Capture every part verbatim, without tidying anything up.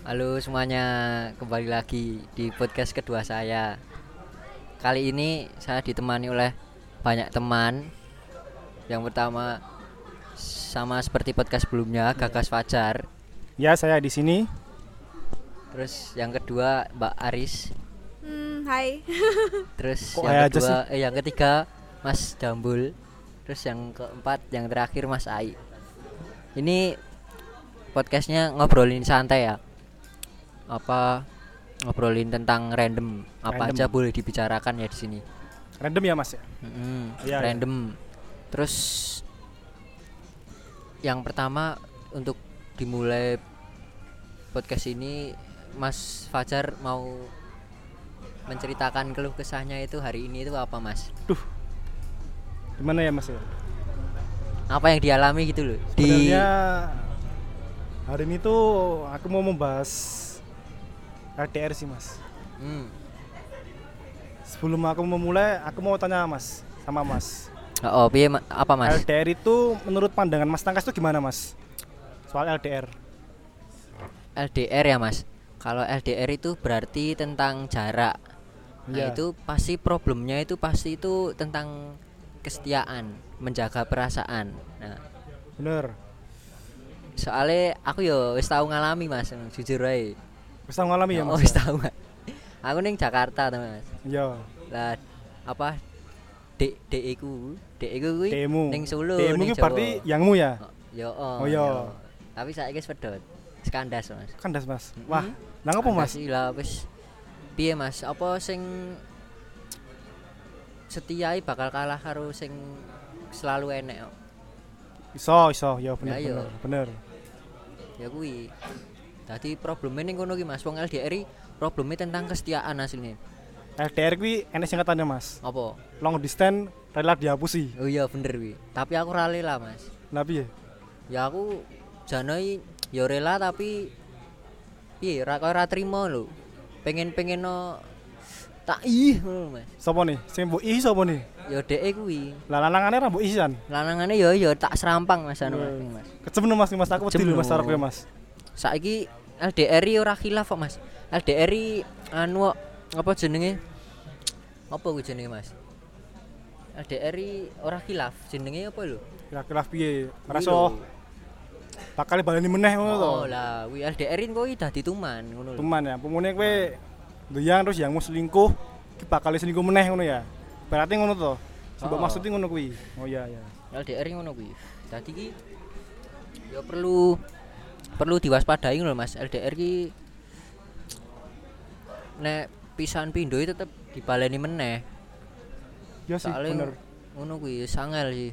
Halo semuanya, kembali lagi di podcast kedua saya. Kali ini saya ditemani oleh banyak teman. Yang pertama sama seperti podcast sebelumnya, Gagas Fajar. Ya, saya di sini. Terus yang kedua Mbak Aris. Hmm, hai. Terus Kok yang hai aja kedua, sih? eh yang ketiga Mas Jambul. Terus yang keempat, yang terakhir Mas Ai. Ini podcastnya ngobrolin santai ya. Apa ngobrolin tentang random, apa Random. aja boleh dibicarakan ya di sini. Random ya, Mas ya? Mm-hmm. Iya, Random. Terus yang pertama untuk dimulai podcast ini, Mas Fajar mau menceritakan keluh kesahnya itu hari ini itu apa, Mas? Duh. Gimana ya, Mas ya? Apa yang dialami gitu loh. Sebenarnya hari ini tuh aku mau membahas L D R sih, Mas. Hmm. Sebelum aku memulai, aku mau tanya Mas, sama Mas. Oh, piye ma- apa, Mas? L D R itu menurut pandangan Mas Tangkas itu gimana, Mas? Soal L D R. L D R ya, Mas. Kalau L D R itu berarti tentang jarak. Nah, Iya. itu pasti problemnya itu pasti itu tentang kesetiaan, menjaga perasaan. Nah, Bener. soalnya aku yo wis tau ngalami, Mas, jujur ae. Wis tau ngalami ya, Oh, Mas? wis tau, Mas. Aku ning Jakarta, Mas. Iya. Lah apa dek dek iku, dek iku kuwi Demu. ning Solo, Demu ning ki berarti yangmu ya? Oh, yo, oh, Oh, iya. yo. Tapi saiki wis pedhot. Skandas, Mas. Kandas, Mas. Mm-mm. Wah, nang apa, Mas? Sih lah wis piye, Mas? Apa sing setiai bakal kalah karo sing selalu enek kok. Iso, iso. Ya bener, Ya, iya. bener. Bener. Ya kuwi. Dadi probleme ning kono ki, Mas. Wong L D R i probleme tentang kesetiaan asline. L D R kuwi enek singkatannya, Mas. Apa? Long distance rela dihapusi. Oh iya bener kuwi. Tapi aku ora rela, Mas. Lah piye? Ya aku janai ya rela tapi piye ora kaya ora trimo lho. Pengen-pengen no tak ih ngono, Mas. Sopo nih? Sing mbok isi sopo nih? Ya dheke kuwi. Lah lanangane ra mbok isian. Lanangane ya ya tak serampang Mas anu Mas. Hmm. Mas. Kecem Mas, Mas aku wedi Kejem lho Mas lho. arep Mas. Saiki L D R i ora khilaf kok, Mas. L D R i anu kok, apa jenenge? Apa kuwi jenenge, Mas? L D R i ora khilaf, jenenge apa lho? Kira-kira piye? Kuwi Raso lho. bakal baleni meneh ngono to. Oh lah, kuwi L D R i kuwi dadi tuman ngono lho. Teman ya, pemune kowe nduyang terus yangmu selingkuh, ki bakal selingkuh meneh ngono ya. Berarti ngono to. Sing mbok Oh. maksudin ngono kuwi. Oh iya iya. L D R i ngono kuwi. Dadi ki ya perlu perlu diwaspadai ngono Mas. L D R ki nek pisan pindho tetep dibaleni meneh. Ya sih Soale bener. ngono kuwi sangel sih.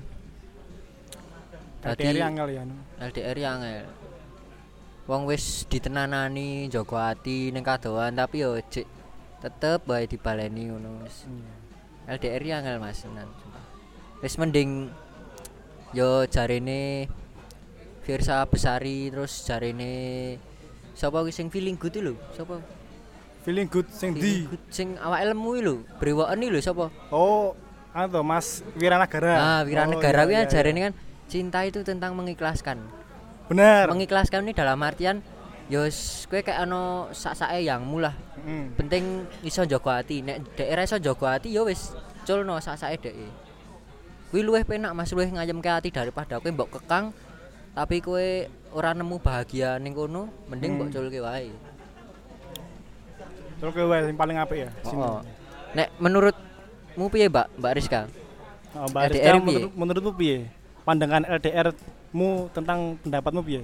L D R angel ya. no. L D R angel. Wong wis ditenanani njaga ati ning kadoan tapi yo jek tetep wae dibaleni ngono wis. L D R angel Mas tenan. sumpah. Wis mending yo jarene Firsa Besari terus jarene sapa kuwi sing feeling good lho? Sapa? Feeling good sing Feeling di. good sing awake lemu iki lho, brewoken iki lho sapa? Oh, anu to Mas Wiranagara. Ah, Wiranegara Oh, kuwi iya, iya, jarene iya. kan cinta itu tentang mengikhlaskan. Bener. Mengikhlaskan ini dalam artian yo wis kowe kayak ana sak-sake yangmu lah. Heeh. Penting iso njaga ati. Nek dhek ora iso njaga ati yo wis culno sak-sake dheke. Kuwi luwih penak Mas, luwih ngayemke ati daripada kowe mbok kekang tapi kowe ora nemu bahagia ning kono, mending Hmm. mbok culke wae. Terus kowe wae sing paling apik ya. sini. Oh. Nek menurutmu piye, Mbak? Mbak Rizka? Oh, Mbak L D R Rizka, piye? menurut, menurutmu piye? Pandangan L D R-mu tentang pendapatmu piye?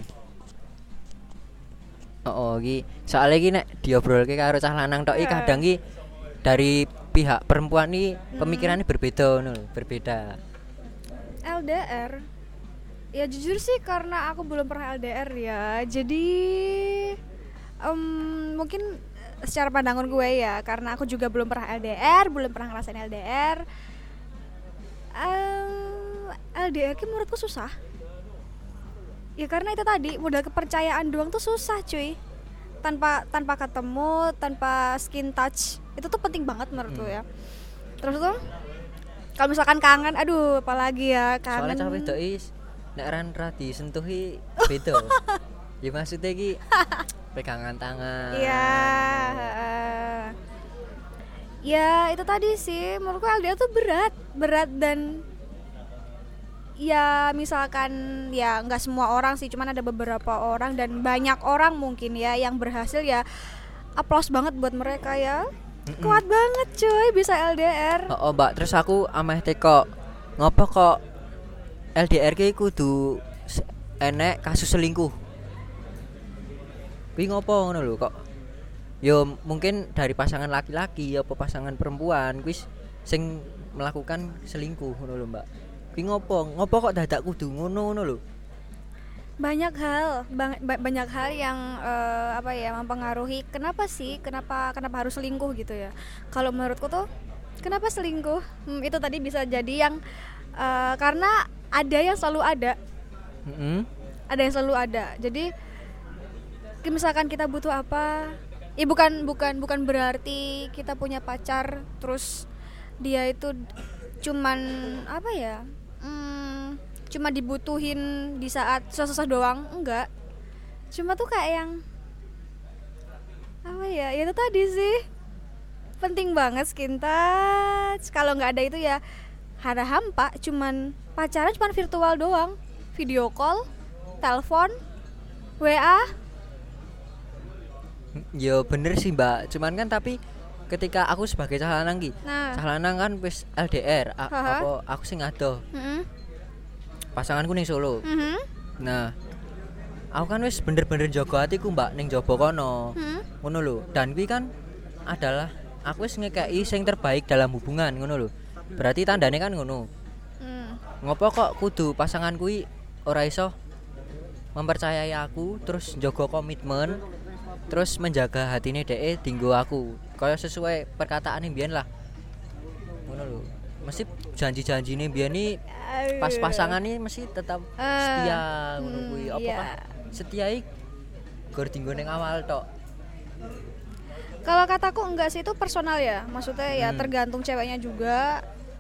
Oh, iki soalnya iki nek diobrolke karo cah lanang tok iki Yeah. kadang iki dari pihak perempuan iki pemikirannya berbeda ngono lho, berbeda. L D R. Ya jujur sih karena aku belum pernah L D R ya. Jadi em, mungkin secara pandangan gue ya, karena aku juga belum pernah L D R, belum pernah ngerasain L D R. Em, L D R ki menurutku susah. Ya karena itu tadi modal kepercayaan doang tuh susah, cuy. Tanpa tanpa ketemu, tanpa skin touch, itu tuh penting banget menurutku Hmm. ya. Terus tuh kalau misalkan kangen, aduh apalagi ya kangen. Soalnya cah wedok is nek ran ra disentuhi beda. Ya maksudnya iki pegangan tangan. Iya. heeh. Ya itu tadi sih menurutku L D R tuh berat, berat dan ya misalkan ya nggak semua orang sih, cuman ada beberapa orang dan banyak orang mungkin ya yang berhasil ya. Aplaus banget buat mereka ya. Mm-mm. Kuat banget cuy bisa L D R. Oh, oh mbak, terus aku ameh teko ngopo kok L D R ki kudu se- enek kasus selingkuh. Kuwi ngopo ngono lho kok. Yo mungkin dari pasangan laki-laki apa pasangan perempuan kuwi sing melakukan selingkuh ngono lho mbak. Kuwi ngopo? Ngopo kok dadak kudu ngono ngono lho. Banyak hal bang, ba- banyak hal yang eh, apa ya mempengaruhi kenapa sih kenapa kenapa harus selingkuh gitu ya. Kalau menurutku tuh kenapa selingkuh hmm, itu tadi bisa jadi yang eh, karena ada yang selalu ada Heeh. ada yang selalu ada jadi misalkan kita butuh apa ya bukan bukan bukan berarti kita punya pacar terus dia itu cuman apa ya hmm, cuma dibutuhin di saat susah-susah doang, enggak. Cuma tuh kayak yang apa ya, ya itu tadi sih penting banget skin touch. Kalau nggak ada itu ya hara hampa, cuman pacaran cuman virtual doang, video call, telepon, W A. Yo bener sih mbak, cuman kan tapi ketika aku sebagai cah lanang ki, Nah, cah lanang kan wis L D R, a- Haha. apa aku sing ado, mm-mm, pasanganku ning Solo. mhm, Nah, aku kan wis bener-bener jago hatiku mbak ning jaba kono, mhm. ngono lho. Dan kuwi kan adalah aku wis ngekeki sing terbaik dalam hubungan, ngono lho. Berarti tandane kan ngono. Mm. Ngopo kok kudu pasangan kuwi ora iso mempercayai aku, terus njaga komitmen, terus menjaga hatine dhek dinggo aku. Kaya sesuai perkataane mbiyen lah. Ngono lho. Mesti janji-janjine mbiyen iki pas pasangan ini mesti tetap Eh, setia ngono hmm, kuwi. Apa iya. kan setia iki gor dinggo ning awal tok. Kalau kataku enggak sih, itu personal ya. Maksudnya ya Hmm. tergantung ceweknya juga.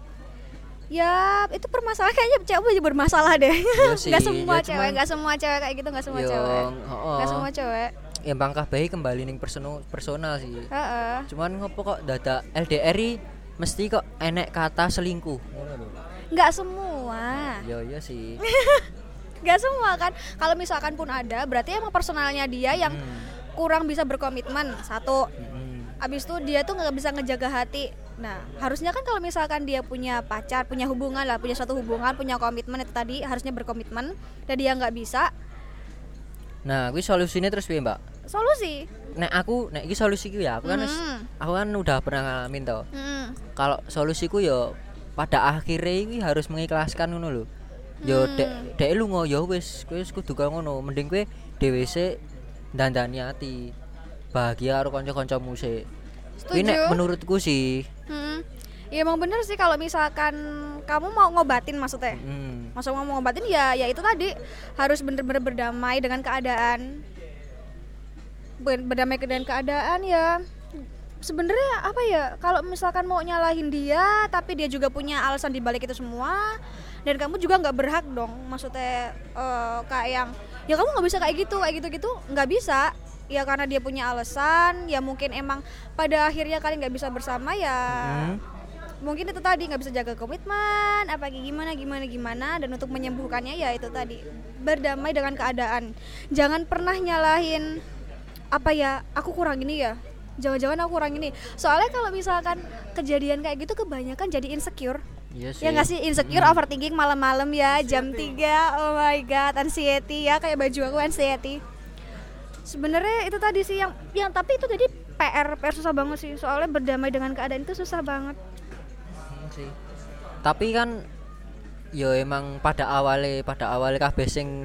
Ya itu permasalahan kayaknya cewek aja bermasalah deh. Iya sih, Enggak semua ya cewek, cuman- enggak semua cewek kayak gitu, enggak semua Yo, cewek. heeh. Enggak semua cewek. Ya bangkah bayi kembali ning personal personal sih. Heeh. Cuman ngopo kok dadak L D R i mesti kok enek kata selingkuh ngono lho. Enggak semua. Yo iya sih. Enggak semua kan. Kalau misalkan pun ada, berarti emang personalnya dia yang Hmm. kurang bisa berkomitmen. Satu. Mm-mm. Abis itu dia tuh nggak bisa ngejaga hati. Nah, harusnya kan kalau misalkan dia punya pacar, punya hubungan lah, punya suatu hubungan, punya komitmen itu tadi harusnya berkomitmen. Dan dia nggak bisa, Nah, kuwi solusine terus piye, Mbak? solusi. Nek aku nek iki solusiku ya, aku kan wis- Hmm. aku kan udah pernah ngalamin to. Hmm. Kalau solusiku ya pada akhirnya iki harus mengikhlaskan ngono lho. Yo Hmm. dek dek lunga ya wis, kowe wis kudu kaya ngono. Mending kowe dhewe sik ndandani ati. Bahagia karo kanca-kancamu sik. Kuwi nek Setuju. menurutku sih. Hmm. Ya emang bener sih kalau misalkan kamu mau ngobatin maksudnya. Hmm. Maksudnya mau ngobatin ya ya itu tadi harus bener-bener berdamai dengan keadaan. Ber- berdamai dengan keadaan ya. Sebenarnya apa ya? Kalau misalkan mau nyalahin dia tapi dia juga punya alasan di balik itu semua dan kamu juga nggak berhak dong. Maksudnya eh, kayak yang ya kamu nggak bisa kayak gitu, kayak gitu-gitu nggak bisa. Ya karena dia punya alasan, ya mungkin emang pada akhirnya kalian nggak bisa bersama ya. Hmm. Mungkin itu tadi nggak bisa jaga komitmen apa kayak gimana gimana gimana dan untuk menyembuhkannya ya itu tadi berdamai dengan keadaan. Jangan pernah nyalahin apa ya aku kurang ini ya, jangan-jangan aku kurang ini. Soalnya kalau misalkan kejadian kayak gitu kebanyakan jadi insecure. Iya sih. Ya nggak sih, insecure, overthinking malam-malam ya jam tiga. Oh my god, anxiety ya, kayak baju aku anxiety. Sebenarnya itu tadi sih yang yang tapi itu tadi P R P R susah banget sih. Soalnya berdamai dengan keadaan itu susah banget. Hmm, sih. Tapi kan ya emang pada awalnya pada awalnya kabeh sing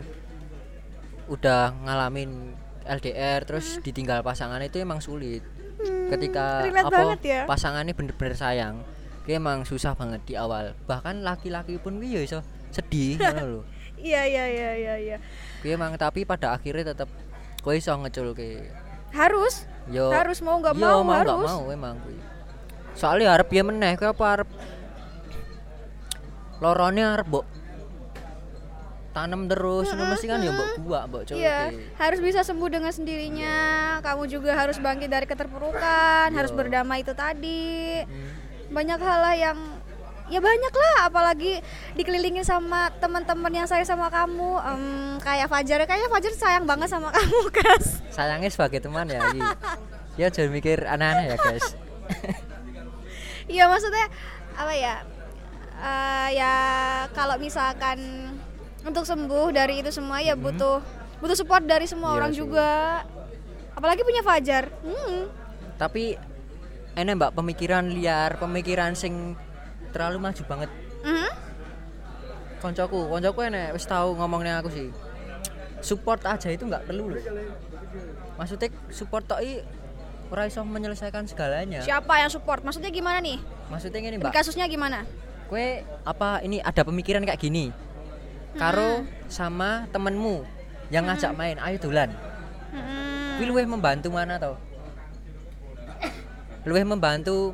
udah ngalamin L D R terus ditinggal pasangan itu emang sulit. Hmm, Ketika relate apa banget ya. pasangannya bener-bener sayang, dia emang susah banget di awal. Bahkan laki-laki pun kuwi ya iso sedih ngono lho. Iya iya iya iya iya. Kuwi emang tapi pada akhirnya tetep kowe iso ngeculke. Harus Yo harus mau nggak yo, mau, mau nggak harus. mau emang kuwi. Soalnya arep ya meneh kowe apa arep lorone arep mbok tanam terus ngono mesti kan ya mbok buak mbok coba. Iya, harus bisa sembuh dengan sendirinya. Kamu juga harus bangkit dari keterpurukan, harus berdamai itu tadi. Hmm. Banyak hal lah yang ya banyak lah, apalagi dikelilingin sama teman-teman yang sayang sama kamu. Um, kayak Fajar, kayaknya Fajar sayang banget sama kamu, Kas. Sayangnya sebagai teman ya iki. Ya jangan mikir aneh-aneh ya, guys. Iya, maksudnya apa ya? Uh, ya kalau misalkan untuk sembuh dari itu semua ya butuh hmm. butuh support dari semua iya orang sih. juga. Apalagi punya Fajar. Hmm. Tapi enak mbak pemikiran liar, pemikiran sing terlalu maju banget. Mm-hmm. Koncoku, koncoku enak wis tahu ngomongnya aku sih. Support aja itu nggak perlu loh. Maksudnya support tok i ora iso menyelesaikan segalanya. Siapa yang support? Maksudnya gimana nih? Maksudnya gini mbak. Kasusnya gimana? Kue apa ini ada pemikiran kayak gini. Karo sama temenmu yang ngajak main, ayo dolan. Hmm. Kuwi luwih membantu mana tau? Luwih membantu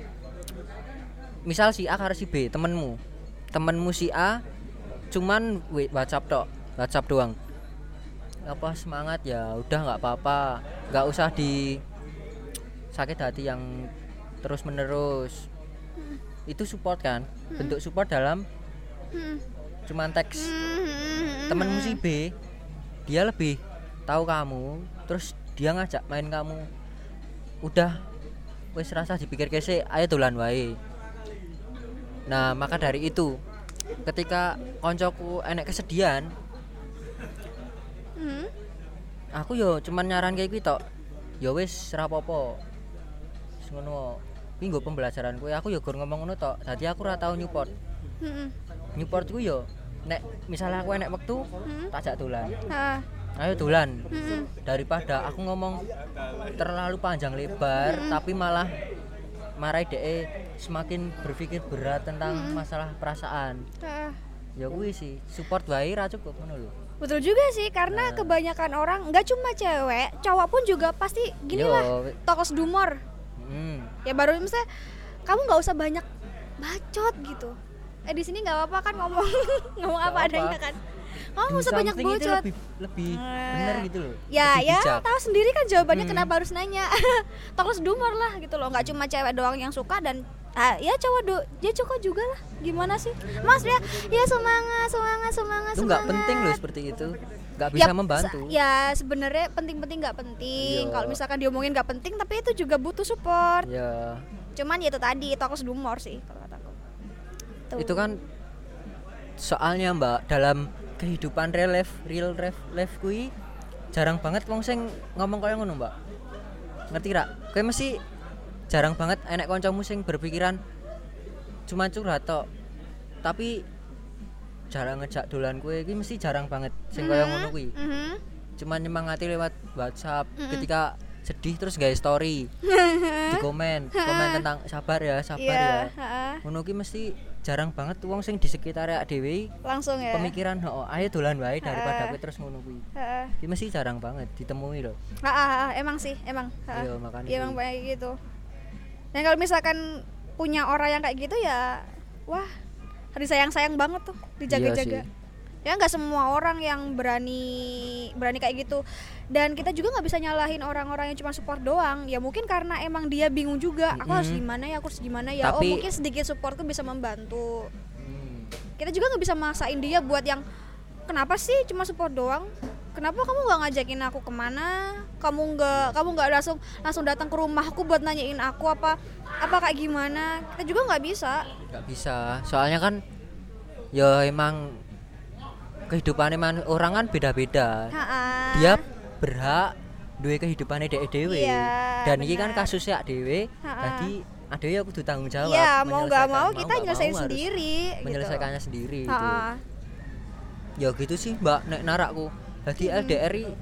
misal si A karo si B, temenmu. Temenmu si A cuman WhatsApp tok, WhatsApp doang. Apa semangat ya, udah enggak apa-apa. Enggak usah di sakit hati yang terus-menerus. Itu support kan? Bentuk support dalam cuman teks. Temenmu si B dia lebih tahu kamu, terus dia ngajak main kamu. Udah wis rasa dipikir kese, ayo dolan wae. Nah, maka dari itu ketika koncoku enek kesedihan, Hmm. aku yo cuman nyaran kayak gitu tok. Ya wis ora apa-apa. Wis ngono. Kuwi nggo pembelajaran kowe, aku yo gur ngomong ngono tok. Dadi aku ora tau nyupport. Hmm. Nyupport ku yo nek misalnya aku enek wektu, Hmm. tak jak dolan. Ah. Ayo dolan. Hmm. Daripada aku ngomong terlalu panjang lebar Hmm. tapi malah marai dhek semakin berpikir berat tentang Hmm. masalah perasaan. Ah. Ya kuwi sih, support wae ra cukup ngono lho. Betul juga sih, karena Nah. kebanyakan orang nggak cuma cewek, cowok pun juga pasti gini Yo. lah, tokos dumor. Hmm. Ya baru misalnya kamu nggak usah banyak bacot gitu. Eh di sini nggak apa-apa kan ngomong ngomong apa Gak adanya apa. kan. Kamu nggak usah Do banyak something itu bacot. lebih lebih Nah. benar gitu loh. Ya Lebih ya bijak. tahu sendiri kan jawabannya Hmm. kenapa harus nanya. Tokos dumor lah gitu loh, nggak cuma cewek doang yang suka dan ah, ya cowok do, ya cowok juga lah. Gimana sih? Mas ya, ya semangat, semangat, semangat, Itu nggak semangat. penting loh seperti itu. Nggak bisa Ya, membantu. se- Ya sebenarnya penting-penting nggak penting. Iya. Kalau misalkan diomongin nggak penting, tapi itu juga butuh support. Ya, Cuman ya itu tadi tokos dumor sih kalau kataku. Tuh. itu kan soalnya Mbak dalam kehidupan real life, real life, life kui jarang banget wong sing ngomong kaya ngono, Mbak. Ngerti ra? Kowe mesti jarang banget enek kancamu sing berpikiran cuma curhat tok. Tapi jarang ngejak dolan kowe iki mesti jarang banget sing kaya ngono kuwi. Mhm. Cuma nyemangati lewat WhatsApp Mm-mm. ketika sedih terus gawe story. Di komen, komen tentang sabar ya, sabar Iya, ya. heeh. Ngono ki mesti jarang banget wong sing di sekitar awake dhewe Langsung ya. pemikiran oh ayo dolan wae daripada Ha. kowe terus ngono kuwi. Heeh. Ki mesti jarang banget ditemui loh. Ah, ah, ah, emang sih, emang. Ah. Iya, makanya Iya, emang kuwi. banyak gitu. Dan kalau misalkan punya orang yang kayak gitu ya, wah, harus sayang-sayang banget tuh, dijaga-jaga. Iya Ya nggak semua orang yang berani berani kayak gitu. Dan kita juga nggak bisa nyalahin orang-orang yang cuma support doang. Ya mungkin karena emang dia bingung juga. Aku harus Mm-mm. gimana ya, aku harus gimana ya. Tapi- Oh mungkin sedikit support tuh bisa membantu. Hmm. Kita juga nggak bisa maksain dia buat yang kenapa sih cuma support doang, kenapa kamu nggak ngajakin aku kemana, kamu nggak kamu nggak langsung langsung datang ke rumahku buat nanyain aku apa apa kayak gimana. Kita juga nggak bisa. Gak bisa. Soalnya kan ya emang kehidupannya man, orang kan beda-beda. Ha-ha. Dia berhak duwe kehidupannya dhek dhewe. Iya, Dan ini kan benar. kasusnya dhewe. Ha-ha. Jadi adewe ya kudu tanggung jawab. Iya mau nggak menyelesaikan- mau kita nggak nyelesain mau harus sendiri. menyelesaikannya sendiri Gitu. gitu. Ha-ha. Ya gitu sih Mbak nek narakku. Dadi L D R i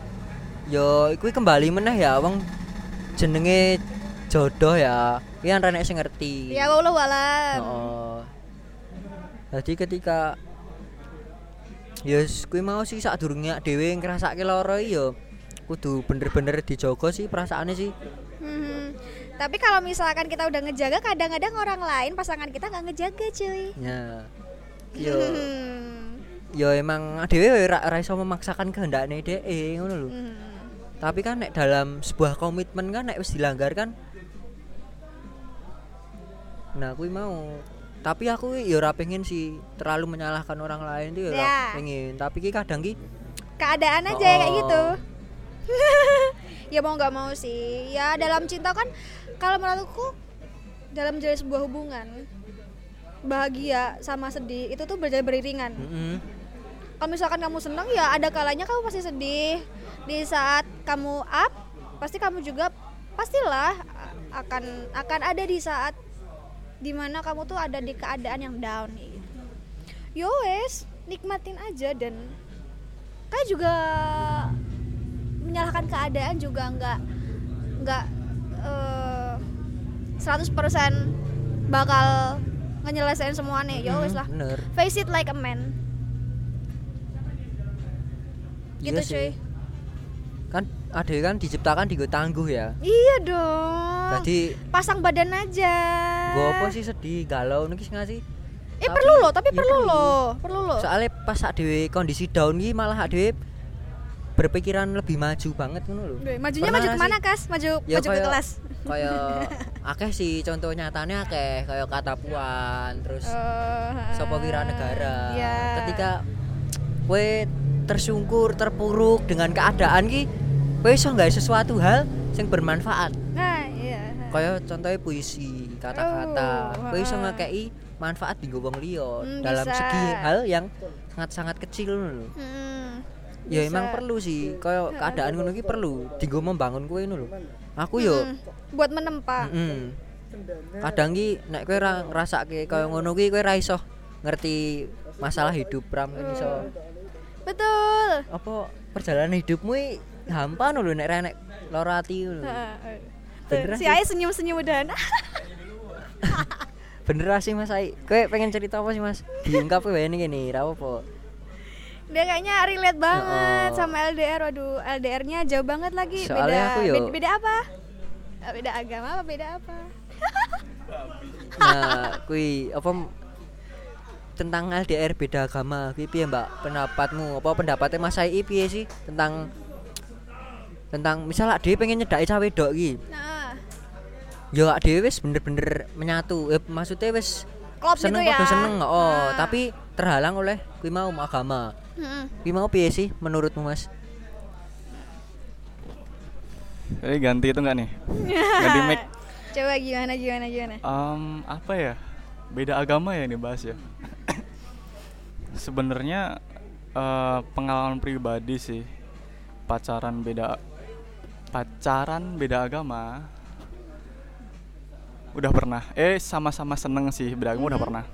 ya kuwi kembali meneh ya wong jenenge jodoh ya. Kuwi kan renek sing ngerti. Ya wallah walam. Heeh. Dadi ketika yes kuwi mau sih sadurunge dhewe ngrasake lara ya kudu bener-bener dijogo sih perasaannya sih. Hmm. Tapi kalau misalkan kita udah ngejaga, kadang-kadang orang lain pasangan kita nggak ngejaga cuy. Ya. Yo Hmm. ya emang dhewe ra, ra iso memaksakan kehendakne dhewe ngono lho. Hmm. Tapi kan nek dalam sebuah komitmen kan nek wis dilanggar kan. Nah, kuwi mau. Tapi aku ya ora pengen sih terlalu menyalahkan orang lain tuh ya ora Ya. pengen. Tapi ki kadang ki Keadaan aja Oh. kayak gitu. Ya mau nggak mau sih. Ya dalam cinta kan kalau menurutku dalam menjalin sebuah hubungan bahagia sama sedih itu tuh berjalan beriringan. heeh. Kalau misalkan kamu senang ya ada kalanya kamu pasti sedih. Di saat kamu up pasti kamu juga pastilah akan akan ada di saat dimana kamu tuh ada di keadaan yang down gitu. Yo wes nikmatin aja dan kayak juga menyalahkan keadaan juga nggak nggak eh, seratus persen bakal ngenyelesain semuanya. Yo wes lah, Bener. face it like a man. Gitu Iya cuy. sih. Kan ada kan diciptakan digo tangguh ya. Iya dong. Jadi Pasang badan aja. gue apa sih sedih galau niki ngasih. Eh perlu loh, tapi iya perlu perlu. loh, perlu loh. Soalnya pas sak dhewe kondisi down ki malah sak dhewe berpikiran lebih maju banget ngono lho. Duh, majunya Pernah maju nggak kemana sih? Kas? Maju Ya maju ke kayak- kelas. Kayak akeh sih contoh nyatane akeh kayak kata puan terus Oh, sapa kira negara. Ya. Ketika kowe tersungkur, terpuruk dengan keadaan ki, kowe iso nggawe sesuatu hal sing bermanfaat. Nah, iya. Kayak contohnya puisi, kata-kata. Oh, Kowe iso ha. ngekei manfaat dinggo wong liya Hmm, dalam bisa. segi hal yang sangat-sangat kecil ngono lho. Hmm, Ya bisa. emang perlu sih, kayak keadaan ngono ki perlu dinggo membangun kowe ngono lho. Aku yo Hmm, buat menempa. heeh. Kadang ki nek kowe ora ngrasake kaya ngono ki kowe ora iso ngerti masalah hidup ram iso. Betul. Apa perjalanan hidupmu i hampa lho nek ra nek lara ati lho. Heeh. Beneran Si sih. Ai senyum-senyum udahan. Bener sih Mas Ai. Kowe pengen cerita apa sih Mas? Diungkap kowe ini gini, ra apa. Dia kayaknya relate banget Oh. sama L D R. Waduh, L D R-nya jauh banget lagi. Soalnya beda, aku yo- beda, beda apa? Eh, Beda agama apa beda apa? Nah, kui apa m- tentang L D R beda agama, kui piye Mbak pendapatmu? Apa pendapatnya Mas Ai piye sih tentang tentang misal dhewe pengen nyedaki cah wedok iki. Nah, Ya dhewe wis bener-bener menyatu. Eh, maksudnya wis klop seneng gitu ya. padha seneng, oh, Nah. tapi terhalang oleh kui mau agama. Mm-mm. Kui mau piye sih menurutmu Mas? Jadi ganti itu enggak nih? Ganti mic. Coba gimana gimana gimana? Em, apa ya? Beda agama ya ini bahas ya. Sebenarnya eh, pengalaman pribadi sih pacaran beda pacaran beda agama udah pernah. Eh sama-sama seneng sih beda agama udah pernah.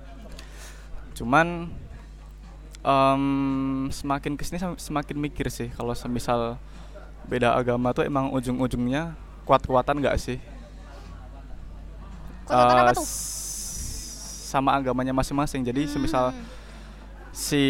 Cuman em, semakin kesini sem- semakin mikir sih kalau semisal beda agama tuh emang ujung-ujungnya kuat-kuatan nggak sih? Kuat-kuatan apa Eh, tuh? s- sama agamanya masing-masing. Jadi semisal Hmm. si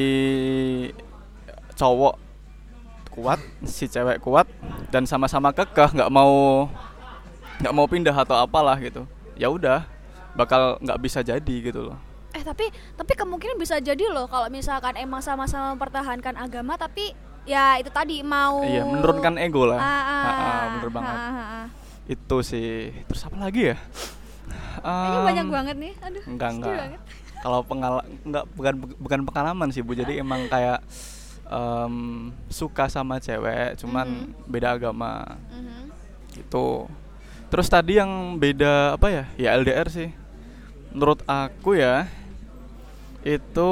cowok kuat, si cewek kuat dan sama-sama kekeh nggak mau nggak mau pindah atau apalah gitu. Ya udah, bakal nggak bisa jadi gitu loh. Eh tapi tapi kemungkinan bisa jadi loh kalau misalkan emang sama-sama mempertahankan agama tapi ya itu tadi mau Iya, menurunkan ego lah. Ah, ah, Ah, ah, bener ah, banget. ah, ah. Itu sih. Terus apa lagi ya? Kayaknya Em, banyak banget nih. Aduh. Enggak sedih enggak. banget. Kalau pengalaman enggak bukan bukan pengalaman sih Bu. Jadi emang kayak em, suka sama cewek, cuman Mhm. beda agama Mhm. gitu. Terus tadi yang beda apa ya? Ya L D R sih. Menurut aku ya itu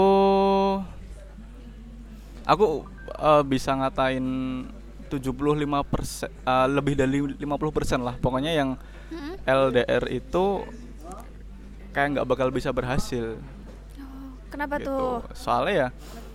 aku eh, bisa ngatain tujuh puluh lima persen eh, lebih dari lima puluh persen lah. Pokoknya yang Mhm. L D R itu kayak nggak bakal bisa berhasil. Oh, kenapa Gitu. tuh? Soalnya ya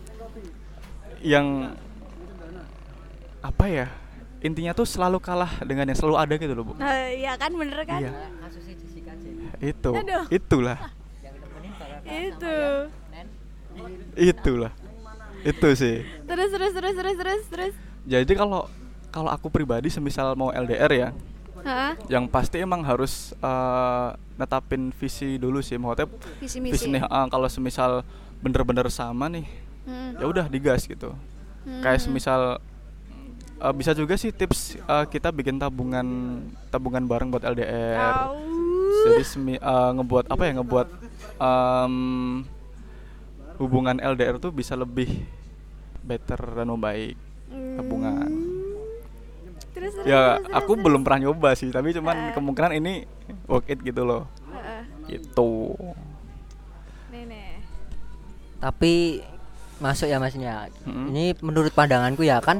yang apa ya? Intinya tuh selalu kalah dengan yang selalu ada gitu loh, Bu. Nah, iya kan bener kan? Iya. Kasusnya Jessica J. Itu. Aduh. Itulah. Itu. Itulah. Itu sih. Terus terus terus terus terus terus. Jadi kalau kalau aku pribadi semisal mau L D R ya, Hah? yang pasti emang harus eh, netapin visi dulu sih. Maksudnya Visi visi misi. nih, ah, kalau semisal bener-bener sama nih Mm. ya udah digas gitu. Mm. Kayak semisal uh, bisa juga sih tips uh, kita bikin tabungan tabungan bareng buat L D R. Au. Jadi semi, uh, ngebuat apa ya ngebuat um, hubungan L D R tuh bisa lebih better dan membaik. Tabungan. Terus, terus, Ya terus, aku terus, belum terus. pernah nyoba sih, tapi cuman Uh. kemungkinan ini work it gitu loh. Heeh. Gitu. Nih nih. Tapi masuk ya masnya. Mm-mm. Ini menurut pandanganku ya kan.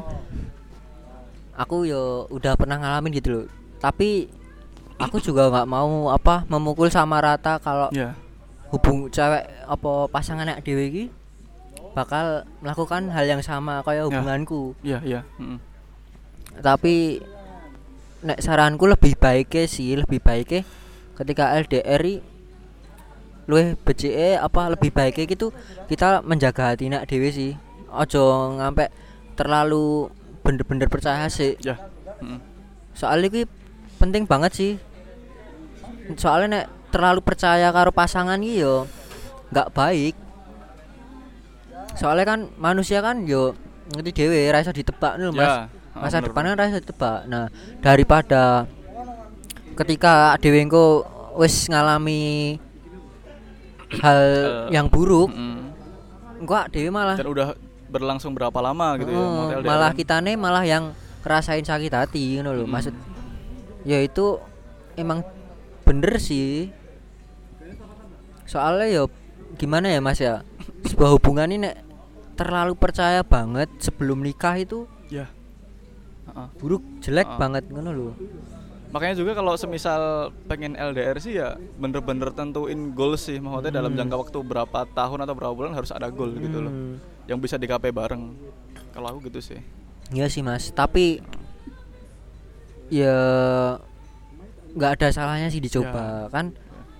Aku yo udah pernah ngalamin gitu loh. Tapi aku juga nggak mau apa memukul sama rata kalau Ya. hubung cewek apa pasangan anak dewe iki bakal melakukan hal yang sama kayak Ya. hubunganku. Iya, iya. Mm-mm. Tapi nek saranku lebih baiknya sih lebih baiknya ketika L D R i luwih becike apa lebih baiknya gitu kita menjaga hati nak dewe sih. Ojo ngampe terlalu bener-bener percaya sih. Ya. Mm-mm. Soalnya iki penting banget sih. Soalnya nek terlalu percaya karo pasangan iki yo nggak baik. Soalnya kan manusia kan yo ngerti dhewe ra iso ditebak lho Mas. Ya. Oh, Masa bener, depannya ra iso ditebak. Nah, daripada ketika dhewe engko wis ngalami hal Eh, yang buruk, Mm-mm. engko dhewe malah Dan udah berlangsung berapa lama gitu ya Oh, mau L D R malah kan? kitane malah yang ngerasain sakit hati ngono lho. Mm. Maksud ya itu emang bener sih. Soalnya ya gimana ya Mas ya? Sebuah hubungan ini nek terlalu percaya banget sebelum nikah itu Ya. Uh-uh. buruk, jelek Uh-uh. banget ngono lho. Makanya juga kalau semisal pengen L D R sih ya bener-bener tentuin goal sih, maksudnya dalam Hmm. jangka waktu berapa tahun atau berapa bulan harus ada goal gitu loh, Hmm. yang bisa dicapai bareng. Kalau aku gitu sih. Iya sih Mas, tapi ya nggak ada salahnya sih dicoba kan.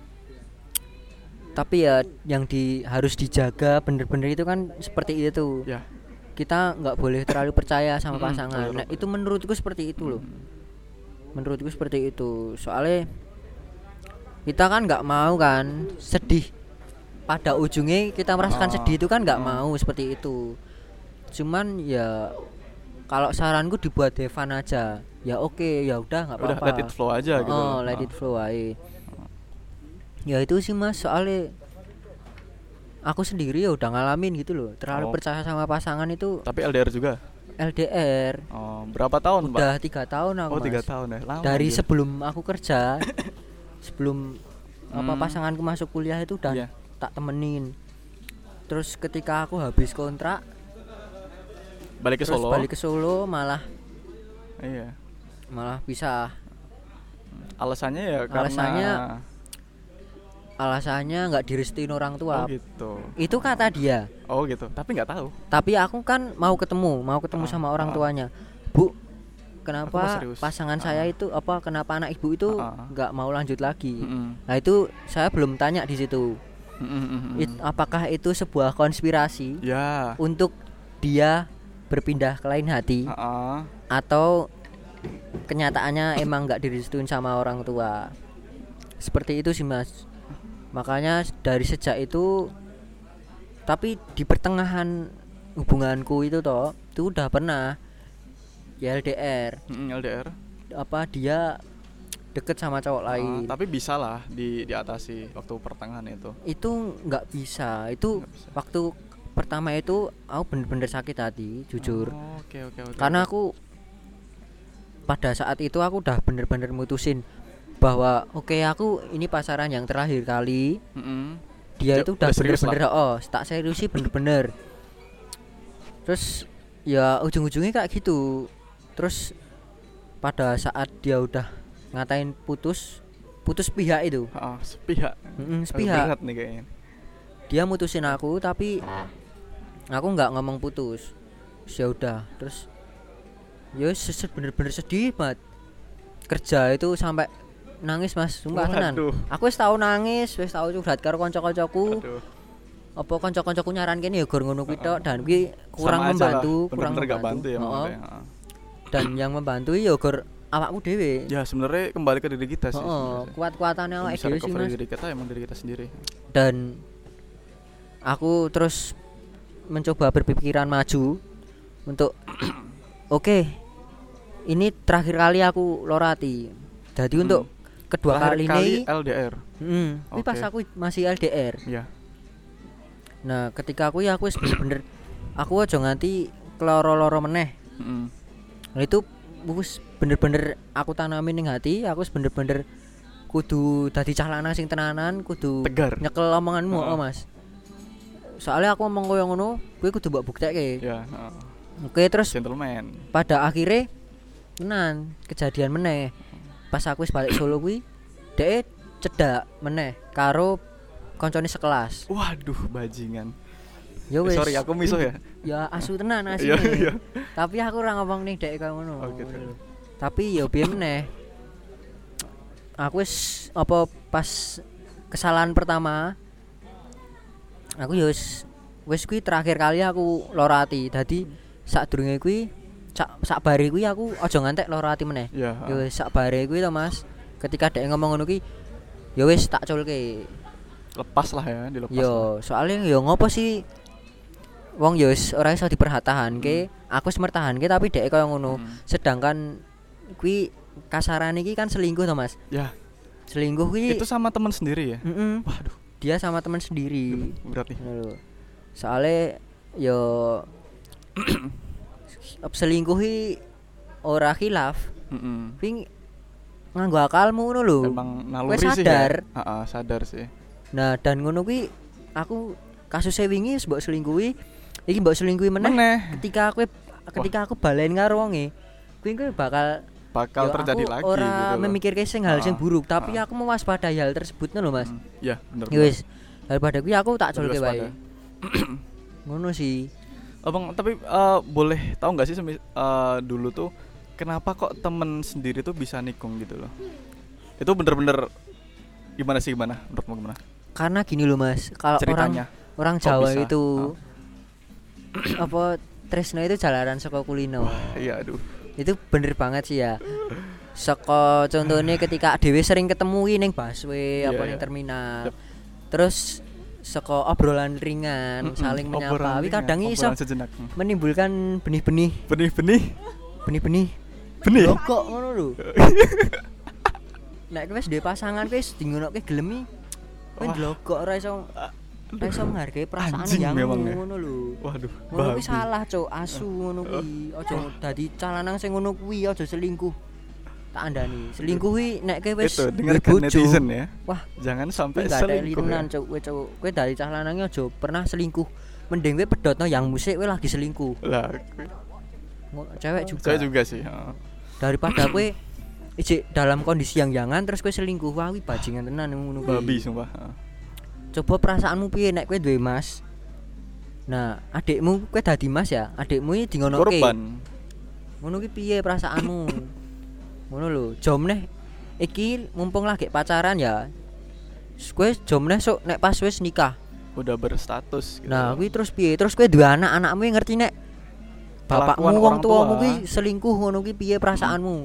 Tapi ya yang di harus dijaga bener-bener itu kan seperti itu. Ya. Kita nggak boleh terlalu percaya sama Mm-mm, pasangan. betul, Nah, betul. itu menurutku seperti itu loh. Menurutku seperti itu. Soalnya kita kan nggak mau kan sedih. Pada ujungnya kita merasakan Ah, sedih itu kan nggak ah. mau seperti itu. Cuman ya kalau saranku dibuat Devan aja. Ya oke, ya udah nggak Udah apa-apa. let it flow aja gitu. Oh, let Ah. it flow aja. Ya itu sih Mas, soalnya aku sendiri ya udah ngalamin gitu loh. Terlalu Oh. percaya sama pasangan itu Tapi L D R juga. L D R. Oh, berapa tahun, Pak? Udah tiga tahun aku Oh, tiga Mas. tahun ya. Lama. Dari anjir. sebelum aku kerja, sebelum apa Hmm. pasanganku masuk kuliah itu udah Iya. tak temenin. Terus ketika aku habis kontrak, balik ke terus Solo. balik ke Solo malah Iya. malah bisa. Alasannya ya karena Alasannya- Alasannya nggak direstuin orang Oh tua. gitu. Itu kata dia. Oh gitu. Tapi nggak tahu. Tapi aku kan mau ketemu, mau ketemu Ah, sama orang ah. tuanya. Bu, Aku mau kenapa serius. pasangan Ah. saya itu apa kenapa anak ibu itu Ah, ah. nggak mau lanjut lagi? Mm-mm. Nah, itu saya belum tanya di situ. Mm-mm, mm-mm. It- apakah itu sebuah konspirasi Ya. untuk dia berpindah ke lain hati Ah, ah. atau kenyataannya emang nggak direstuin sama orang tua? Seperti itu sih Mas. Makanya dari sejak itu, tapi di pertengahan hubunganku itu toh, itu udah pernah ya L D R. Mm-mm, L D R. Apa dia deket sama cowok Ah, lain? tapi bisa lah di diatasi waktu pertengahan itu. Itu nggak bisa. Itu Nggak bisa. waktu pertama itu aku bener-bener sakit hati, jujur. Oh, Oke oke oke. Karena oke. aku pada saat itu aku udah bener-bener mutusin bahwa oke aku ini pasaran yang terakhir kali. Mm-mm. Dia Ja- itu udah udah serius bener-bener oh tak serius sih bener-bener. Terus ya ujung-ujungnya kayak gitu. Terus pada saat dia udah ngatain putus, putus pihak itu. Ah, sepihak. Mm-mm, Agak sepihak. berat nih kayaknya. Dia mutusin aku tapi aku nggak ngomong putus. Ya udah, terus ya ses- bener-bener sedih banget. Kerja itu sampai nangis Mas, sumpah tenan. Waduh. Aku wis tau nangis, wis tau curhat karo kanca-kancaku. Aduh. Apa kanca-kancaku nyaran kene ya gor ngono kuwi tok dan kuwi kurang Sama aja lah, membantu, kurang bener-bener gak membantu. bantu ya Heeh. maksudnya. Ah. Dan yang membantu ya gor awakku dhewe. Ya sebenarnya kembali ke diri kita sih. Heeh, sebenarnya. kuat-kuatane Yang awake bisa dhewe sih recovery Mas. diri kita emang diri kita sendiri. Dan aku terus mencoba berpikiran maju untuk oke, ini terakhir kali aku lorati. Jadi Hmm. untuk kedua Terakhir kali kali ini L D R. heeh, ini pas Oke. aku masih L D R. Iya. Nah, ketika aku ya aku wis bener-bener aku aja nganti keloro-loro meneh. Heeh. Nah, itu wis bener-bener aku tanamin ning hati, aku wis bener-bener kudu dadi cah lanang sing tenanan, kudu Tegar. nyekel omonganmu, Heeh. oh, Mas. Soalnya aku ngomong koyo ngono, kowe kudu mbok buktekke. Ya, heeh. Oke, terus Gentleman. pada akhirnya tenan kejadian meneh. Pas aku wis balik Solo kuwi, dhek cedak meneh karo koncone sekelas. Waduh, bajingan. Ya Eh, wis. sorry, aku misuh ya. Ya asu tenan Iya, asine. iya. Tapi aku ora ngomong ning dhek kaya ngono. Oh, gitu. Tapi ya piye meneh. Aku wis apa pas kesalahan pertama aku ya wis wis kuwi terakhir kali aku lorati. Dadi sadurunge kuwi sak sak bare kuwi aku aja ngantek lorati meneh. Ya. Ya wis sak bare kuwi to Mas. Ketika dhek ngomong ngono kuwi ya wis tak culke. Lepas lah ya, dilepas. lah. Yo, soalnya yo ngopo sih wong yo wis ora iso dipertahanke, aku wis mertahanke tapi dhek kaya ngono. Hmm. Sedangkan kuwi kasaran iki kan selingkuh to Mas. Ya, Selingkuh kuwi itu sama teman sendiri ya. mm-mm, Waduh, dia sama teman sendiri. berat nih. Ngono lho. Soale yo selingkuh iki ora khilaf, Heeh. kuwi nganggo akalmu ngono lho. Emang Kowe naluri sih sadar. ya. Heeh, sadar sih. Nah, dan ngono kuwi aku kasusnya wingi wis mbok selingkuhi, iki mbok selingkuhi meneh. Meneh Ketika aku ketika aku balen karo wonge, kuwi kuwi bakal bakal yo terjadi aku lagi ora gitu loh. memikirke sing hal sing Ah, buruk, tapi ah. aku mewaspadai hal tersebut lho Mas. Hmm, ya, bener. Ya wis, daripada kuwi aku tak Lebih culke wae. waspada. Ngono sih. Abang, tapi eh, boleh tahu nggak sih semi- eh, dulu tuh kenapa kok temen sendiri tuh bisa nikung gitu loh? Itu bener-bener gimana sih, gimana menurutmu gimana? Karena gini loh Mas, kalau orang Ceritanya. orang Kok Jawa bisa? itu apa tresno itu jalaran saka kulino. Iya, aduh. Itu bener banget sih ya. Saka contohnya ketika dhewe sering ketemu ki ning busway Iya, apa iya. ning terminal. Yep. Terus saka obrolan ringan, Mm-mm, saling menyapa. obrolan Wi ringan, kadang iso obrolan sejenak. Hmm. menimbulkan benih-benih, Benih-benih, benih-benih benih. logok ngono lho. Nek kowe wis duwe pasangan kowe wis dingonoke gelem iki. Kowe Wah. ndelogok ora iso ora iso menghargai perasaan Anjing yang memang ya. ngono lho. Waduh, Ngono kuwi babi. salah, Cuk. Asu ngono kuwi. Aja dadi calanang sing ngono kuwi, aja selingkuh. Tak andani. Selingkuh kuwi nek kowe wis Itu duwe dengarkan bojo, netizen ya. Wah, Jangan kowe sampai gak ada selingkuh. lirunan, Ya. Cuk. Kowe Cuk. Kowe dari cah lanange aja pernah selingkuh. Mending kowe pedhotno yang musik kowe lagi selingkuh. Lah, Ngo- Cewek juga. saya juga sih. heeh. Daripada kowe ijik dalam kondisi yang jangan terus kowe selingkuh. Wah, kuwi bajingan tenan ngono kuwi. Babi sumpah. heeh. Coba perasaanmu piye nek kowe duwe Mas. Nah, adikmu kowe dadi Mas ya. Adikmu iki dingonoke. Korban. Ngono ki piye perasaanmu? Ngono lho, jom neh iki mumpung lagi pacaran ya. S- Kowe jom neh sok nek pas wis nikah. Udah berstatus gitu. Nah, kuwi terus piye? Terus kowe duwe anak, anakmu yang ngerti nek bapakmu Kelakuan wong orang tuamu tua. ki selingkuh ngono ki piye perasaanmu?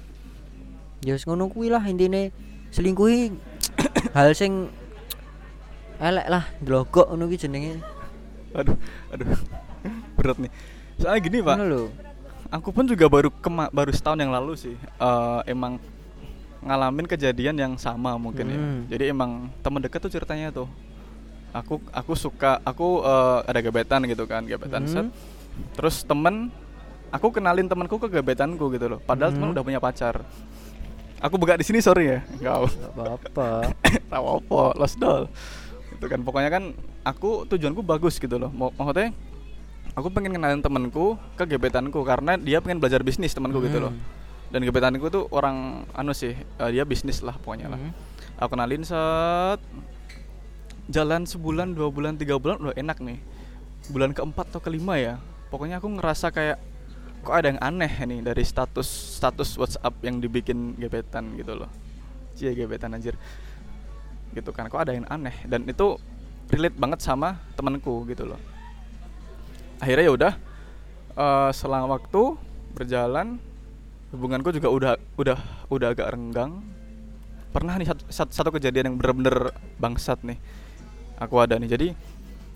Ya wis ngono kuwi lah intine selingkuhi hal sing elek lah, ndelogok ngono ki jenenge. Aduh, aduh. Berat nih. Soalnya gini, Pak. Ngono lho. Aku pun juga baru kema- baru setahun yang lalu sih eh, emang ngalamin kejadian yang sama mungkin ya. Hmm. Jadi emang teman dekat tuh ceritanya tuh. Aku aku suka aku eh, ada gebetan gitu kan, gebetan Hmm. set. Terus temen aku kenalin temanku ke gebetanku gitu loh. Padahal Hmm. teman udah punya pacar. Aku buka di sini sorry ya. Enggak Enggak apa-apa. tahu apa, lost doll. Itu kan pokoknya kan aku tujuanku bagus gitu loh. Mau maksudnya aku pengen kenalin temanku ke gebetanku karena dia pengen belajar bisnis temanku gitu loh. Hmm. Dan gebetanku tuh orang anu sih, eh, dia bisnis lah pokoknya lah. Hmm. Aku kenalin set jalan sebulan, dua bulan, tiga bulan udah enak nih. Bulan keempat atau kelima ya. Pokoknya aku ngerasa kayak kok ada yang aneh nih dari status status WhatsApp yang dibikin gebetan gitu loh. Cie gebetan anjir. Gitu kan, kok ada yang aneh dan itu relate banget sama temanku gitu loh. Akhirnya ya udah eh, selang waktu berjalan hubunganku juga udah udah udah agak renggang. Pernah nih satu, satu, satu kejadian yang bener-bener bangsat nih. Aku ada nih. Jadi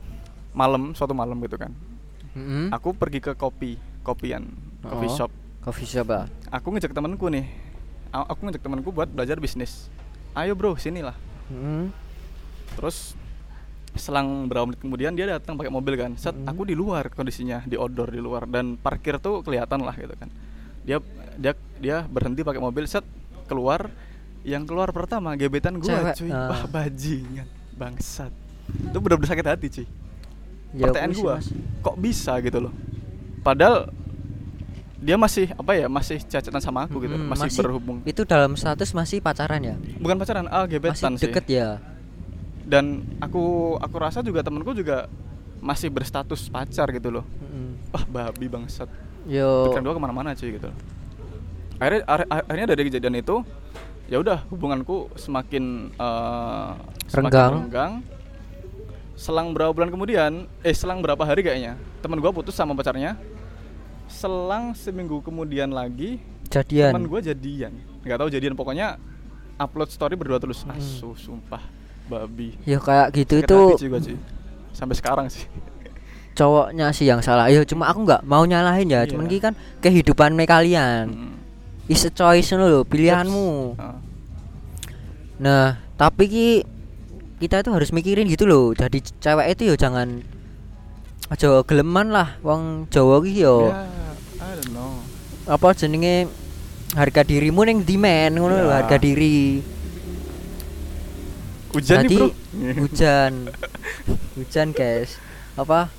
malam, suatu malam gitu kan. Mm-hmm. Aku pergi ke kopi, kopian, coffee Oh. shop. Coffee shop lah. Aku ngejak temanku nih. A- Aku ngejak temanku buat belajar bisnis. Ayo bro, sini lah. Mm-hmm. Terus selang berapa menit kemudian dia datang pakai mobil kan. Set, Mm-hmm. aku di luar kondisinya, di outdoor di luar dan parkir tuh kelihatan lah gitu kan. Dia dia dia berhenti pakai mobil, set keluar. Yang keluar pertama gebetan gua, Cewek, cuy. ah. Wah, bajingan, bangsat. Itu benar-benar sakit hati, cuy. Ya, Pertanyaan kuis, gua, Mas. kok bisa gitu loh. Padahal dia masih apa ya, masih cacatan sama aku gitu, Mm-mm, masih, berhubung. Itu dalam status masih pacaran ya? Bukan pacaran, ah gebetan Masih sih. deket ya? Dan aku aku rasa juga temanku juga masih berstatus pacar gitu loh. Mm-mm. Wah, babi bangsat. Yo. Pikiran gua kemana-mana cuy gitu loh. Akhirnya ar- akhirnya dari kejadian itu ya udah hubunganku semakin uh, semakin Renggang. renggang. Selang berapa bulan kemudian, eh selang berapa hari kayaknya, teman gua putus sama pacarnya. Selang seminggu kemudian lagi Jadian. teman gua jadian. Nggak tahu jadian, pokoknya upload story berdua terus. Hmm. Asu, sumpah babi. Ya kayak gitu Sakit itu hati cuy gua, cuy. Sampai sekarang sih. cowoknya sih yang salah. Ya cuma aku nggak mau nyalahin ya. Iya. Cuman ki kan kehidupan me kalian. Mm. Is a choice loh, pilihanmu. Ah. Nah, tapi ki kita itu harus mikirin gitu loh. Jadi cewek itu ya jangan aja geleman lah. Wong Jawa ki yo Ya, I don't know. apa jenenge harga dirimu ning demand ngono lho, Ya. harga diri. Hujan nih, Jadi, bro. Hujan. Hujan, guys. Apa?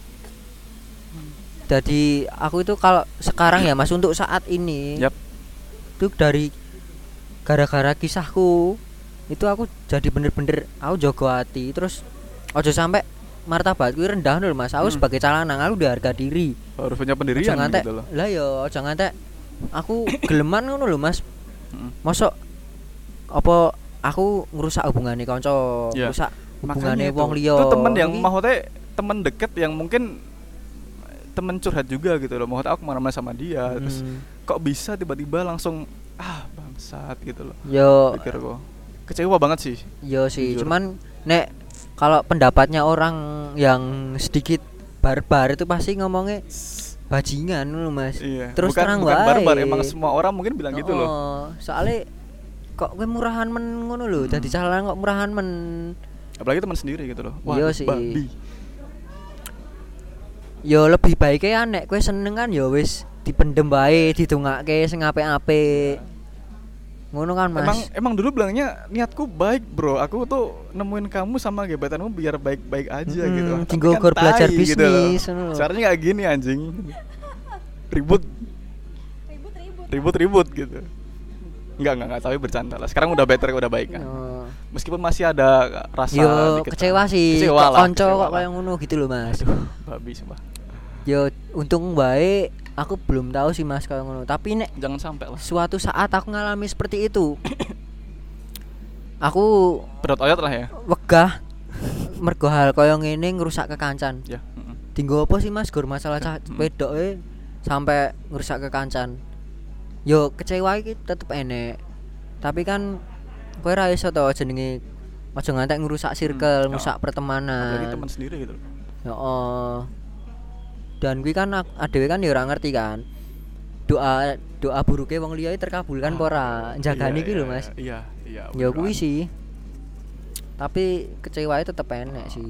Jadi aku itu kalau sekarang ya Mas untuk saat ini Yap. itu dari gara-gara kisahku itu aku jadi bener-bener aku jago hati terus ojo sampai martabatku rendah dulu Mas. Aku Hmm. sebagai calon lanang aku udah harga diri. Harus punya Ojo pendirian ngantek. gitu loh. Lah yo ojo ngantek. Aku geleman ngono lho Mas. Mm. Mosok apa aku ngerusak hubungane kanca, Ya. ngerusak Makanya hubungane wong itu. liya. Itu temen yang Iki- maksudnya temen deket yang mungkin temen curhat juga gitu loh. Maksudnya aku kemana-mana sama dia. Terus Hmm. kok bisa tiba-tiba langsung ah bangsat gitu loh. Yo Pikir gua kecewa banget sih. yo sih, Jujur. cuman nek kalau pendapatnya orang yang sedikit barbar itu pasti ngomongnya bajingan lho Mas. Iya. Terus bukan, terang bukan wae. barbar, emang semua orang mungkin bilang gitu loh. Oh, soalnya kok kowe murahan men ngono lho, Hmm. dadi calon kok murahan men. Apalagi teman sendiri gitu loh. Iya Waduh, sih. babi. Yo lebih baiknya nek kowe seneng kan yo wis dipendem bae, didongake sing apik-apik. Ngono kan Mas. Emang emang dulu bilangnya niatku baik bro. Aku tuh nemuin kamu sama gebetanmu biar baik-baik aja Mm-mm, gitu. Tapi tinggal kan gor belajar tai gitu loh. bisnis, ngono loh. Caranya nggak gini anjing. Ribut, Ribut-ribut. ribut-ribut gitu. Enggak enggak enggak tapi bercanda lah. Sekarang udah better, udah baik kan. Oh. Meskipun masih ada rasa Yo dikit kecewa lah. sih, Kecewa kok lah, konco kecewa kok lah. kayak ngono gitu loh Mas. Aduh, babi sumpah. Yo untung baik aku belum tahu sih Mas kayak ngono. Tapi nek Jangan sampai lah. suatu saat aku ngalami seperti itu, aku Berat oyot lah ya. wegah mergo hal kaya ngene ngrusak kekancan. Ya. mm-mm. Tinggo apa sih Mas gur masalah cah Hmm. wedoke sampai ngrusak kekancan. Yo kecewa iki tetep enek. Tapi kan kowe ra iso to jenenge aja ngantek ngrusak circle, Hmm, ngrusak oh. pertemanan. Apalagi teman sendiri gitu loh. Ya oh. Dan kuwi kan ak- adewe kan ya ora ngerti kan. Doa doa buruke wong liya terkabulkan apa ora? Jagani Iya, iki lho iya, Mas. Iya, iya. Ya beneran. kuwi sih. Tapi kecewae tetep enek sih.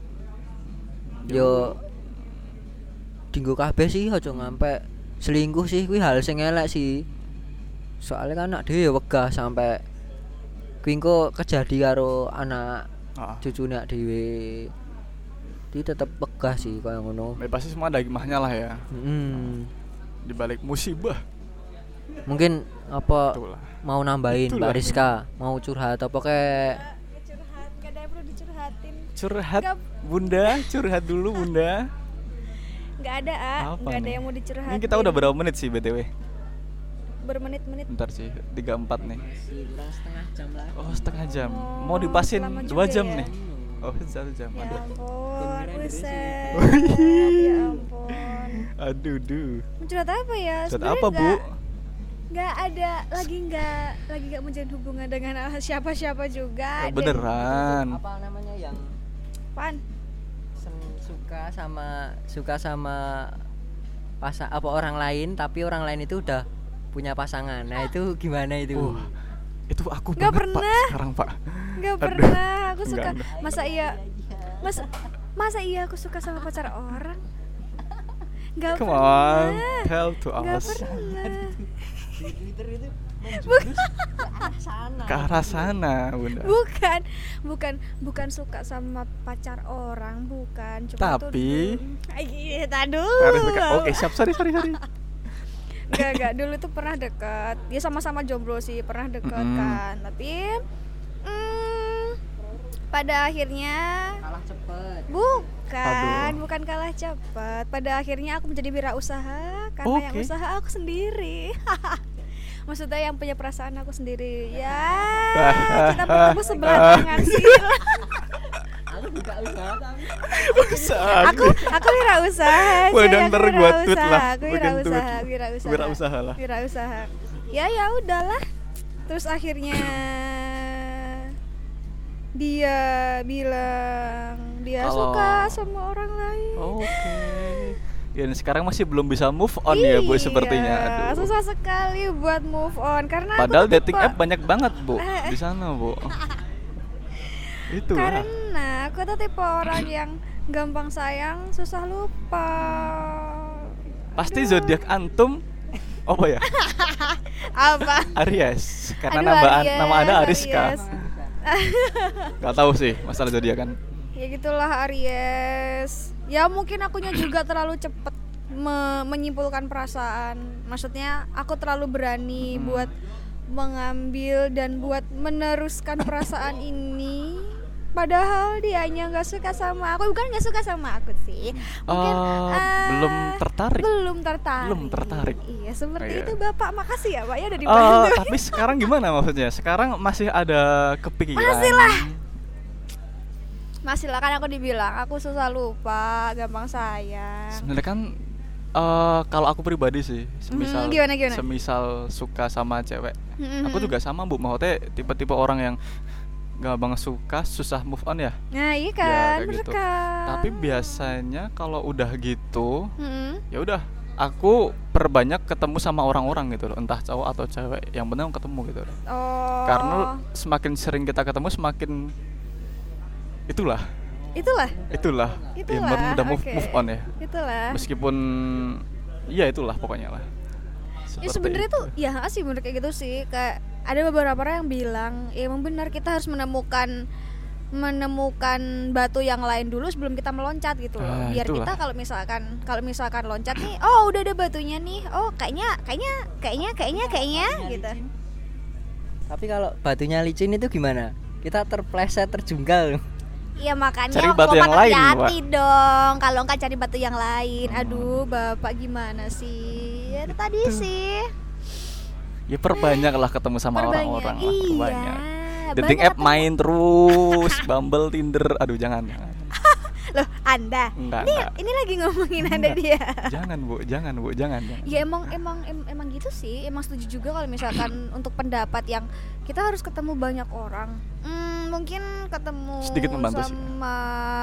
Yo dinggo kabeh sih aja ngampe selingkuh sih kuwi hal sing elek sih. Soalnya kan anak dhewe ya wegah sampai kuwi engko kejadi karo anak Ah. cucune anak dhewe. Iki tetep wegah sih kaya ngono. Ya, pasti semua ada hikmahnya lah ya. Hmm. Di balik musibah. Mungkin apa Itulah. mau nambahin Itulah. Mbak Rizka, mau curhat apa kayak Curhat, gak ada yang perlu dicurhatin. Curhat, Gak- Bunda, curhat dulu Bunda. Gak ada, ah. Apa Gak ada nih? yang mau dicurhatin. Ini kita udah berapa menit sih B T W? bermenit-menit. Bentar sih, tiga puluh empat nih. setengah jam lagi. Oh, setengah jam. Oh, Mau dipasin lama dua juga jam ya. nih. Oh, satu jam. Ya Aduh. ampun, buset. Wih. Ya ampun. Aduh, duh. Mau curhat apa ya? Curhat Sebenarnya apa, Bu? nggak- nggak ada lagi nggak lagi nggak menjalin hubungan dengan siapa-siapa juga. Oh, beneran. Apa namanya yang Pan. sen- suka sama suka sama pasang apa orang lain tapi orang lain itu udah punya pasangan. Nah, itu gimana itu? Uh, itu aku Nggak banget pernah. Pak sekarang Pak. Nggak Aduh. pernah aku suka. Nggak, nggak. Masa iya? Masa masa iya aku suka sama pacar orang? Nggak Come pernah. on, tell to Nggak us. pernah. Di Twitter itu Bukan. ke arah sana. Ke arah sana, Bunda. bukan bukan bukan suka sama pacar orang, bukan. Cuma tuh Tapi- dulu- Ay, iya, tadu. Harus dekat. Oke, siap. Sorry, sorry, sorry. Enggak, enggak, dulu tuh pernah deket. Ya sama-sama jomblo sih, pernah deket Mm-mm. kan. Tapi mm, pada akhirnya Kalah cepet. bukan, Aduh. bukan kalah cepat. Pada akhirnya aku menjadi wirausaha karena yang Oke. usaha aku sendiri. Maksudnya yang punya perasaan aku sendiri. Ya, kita bertemu sebelah tangan sih. Aku juga usaha tapi Usaha. aku aku wirausaha. Wah, coy, dan aku ntar gua tweet lah, wirausaha, aku bikin tweet. wirausaha, wirausaha. Wirausaha lah. Wirausaha. Ya ya udahlah. Terus akhirnya dia bilang dia Kalau- suka sama orang lain. Oke. Ya, dan sekarang masih belum bisa move on ya, Bu, sepertinya. Iya, Aduh. susah sekali buat move on karena aku Padahal tuh dating tipe- app banyak banget, Bu, di sana, Bu. Itu lah. karena aku tuh tipe orang yang gampang sayang, susah lupa. Pasti Aduh. zodiak antum apa ya? Apa? Aries. Karena Aduh, nama Aries, nama Anda Ariska. Aries. Gak tahu sih masalah zodiak kan. Ya gitulah Aries. Ya mungkin akunya juga terlalu cepet me- menyimpulkan perasaan. Maksudnya aku terlalu berani Hmm. buat mengambil dan buat meneruskan perasaan ini. Padahal dianya nggak suka sama aku, bukan nggak suka sama aku sih. Mungkin Oh, eh, belum tertarik. Belum tertarik. Belum tertarik. Iya seperti Oh, iya. itu Bapak. Makasih ya Pak ya udah Oh, dibantu. tapi sekarang gimana maksudnya? Sekarang masih ada kepikiran. Masih lah. Masih lah, kan aku dibilang aku susah lupa, gampang sayang. Sebenarnya kan eh, kalau aku pribadi sih, semisal Hmm, gimana, gimana? semisal suka sama cewek, Mm-mm. aku juga sama, Bu. Maksudnya tipe-tipe orang yang gampang suka, susah move on ya. Nah iya Ya, kan, kayak bener gitu. kan. Tapi biasanya kalau udah gitu, Mm-mm. ya udah, aku perbanyak ketemu sama orang-orang gitu loh, entah cowok atau cewek, yang benar ketemu gitu loh. Oh. Karena semakin sering kita ketemu, semakin itulah, itulah, itulah, ya itulah. mudah move, oke. move on ya. Itulah. Meskipun, iya itulah pokoknya lah. Ya Seperti sebenarnya itu. tuh ya sih bener kayak gitu sih. Kayak ada beberapa orang yang bilang, ya emang benar kita harus menemukan menemukan batu yang lain dulu sebelum kita meloncat gitu loh. Ah, Biar itulah. kita kalau misalkan kalau misalkan loncat nih, oh udah ada batunya nih. Oh, kayaknya kayaknya kayaknya kayaknya kayaknya gitu. Tapi kalau batunya licin itu gimana? Kita terpleset, terjungkal. Iya makanya Cari batu yang lain, hati dong. Kalau nggak cari batu yang lain, aduh bapak gimana sih? Ya itu tadi sih. Ya perbanyak lah ketemu sama Perbanyak. orang-orang lah, Iya. perbanyak. Dating banyak app main terus, Bumble, Tinder, aduh jangan, jangan. Loh, Anda. Enggak, Ini enggak. ini lagi ngomongin Anda dia. Jangan, Bu, jangan, Bu, jangan, jangan. Ya emang emang em- emang gitu sih. Emang setuju juga kalau misalkan untuk pendapat yang kita harus ketemu banyak orang. Hmm, mungkin ketemu Sedikit membantu sih. sama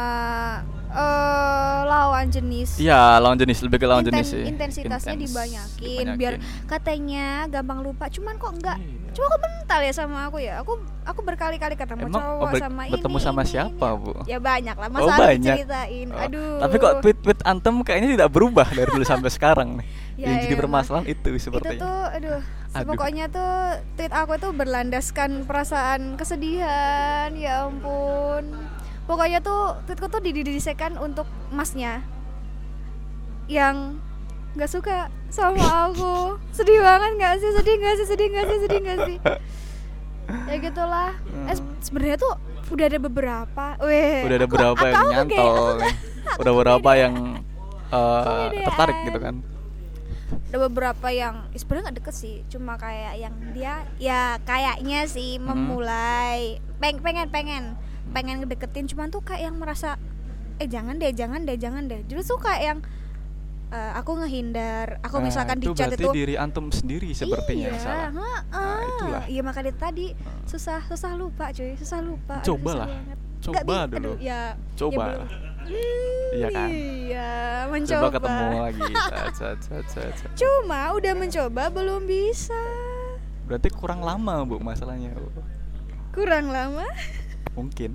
eh, lawan jenis. Iya, lawan jenis, lebih ke lawan Inten- jenis sih. intensitasnya Intens, dibanyakin, biar katanya gampang lupa. Cuman kok enggak? Iya. Cuma kok mental ya sama aku ya. Aku aku berkali-kali ketemu Emang cowok obe- sama ini. bertemu sama ini, siapa, ini. Bu? Ya banyak lah. Masa Oh, harus banyak. ceritain. Oh, Aduh. Tapi kok tweet-tweet antem kayaknya tidak berubah dari dulu sampai sekarang nih. Ya, Yang jadi emang. permasalahan itu Itu sepertinya. tuh aduh, Aduh. pokoknya tuh tweet aku tuh berlandaskan perasaan kesedihan. Ya ampun. Pokoknya tuh tweetku tuh dididisekan untuk masnya yang nggak suka sama aku. Sedih banget nggak sih? Sedih nggak sih? Sedih nggak sih? Sedih nggak sih? Ya gitulah. Eh, se- sebenarnya tuh udah ada beberapa. Weh. Udah ada aku- berapa aku- yang aku nyantol kayak- nih. Udah berapa yang eh, kepedean. tertarik gitu kan. Ada beberapa yang eh, sebenarnya nggak deket sih, cuma kayak yang dia ya kayaknya sih Mhm. memulai peng pengen pengen pengen ngedeketin, cuman tuh kayak yang merasa eh jangan deh jangan deh jangan deh justru tuh kayak yang eh, aku ngehindar, aku Nah, misalkan di itu chat berarti itu diri antum sendiri sepertinya iya, yang salah. heeh. Nah, itulah. Iya makanya tadi susah susah lupa cuy, susah lupa. Aduh, Coba susah lah. banget. Coba Nggak bi- dulu. aduh, ya, Coba ya belum, lah. Iya kan? Iya, Coba mencoba. ketemu lagi. Cet, cet, cet, cet, cet. Cuma udah mencoba belum bisa. Berarti kurang lama Bu masalahnya Bu. Kurang lama. Mungkin.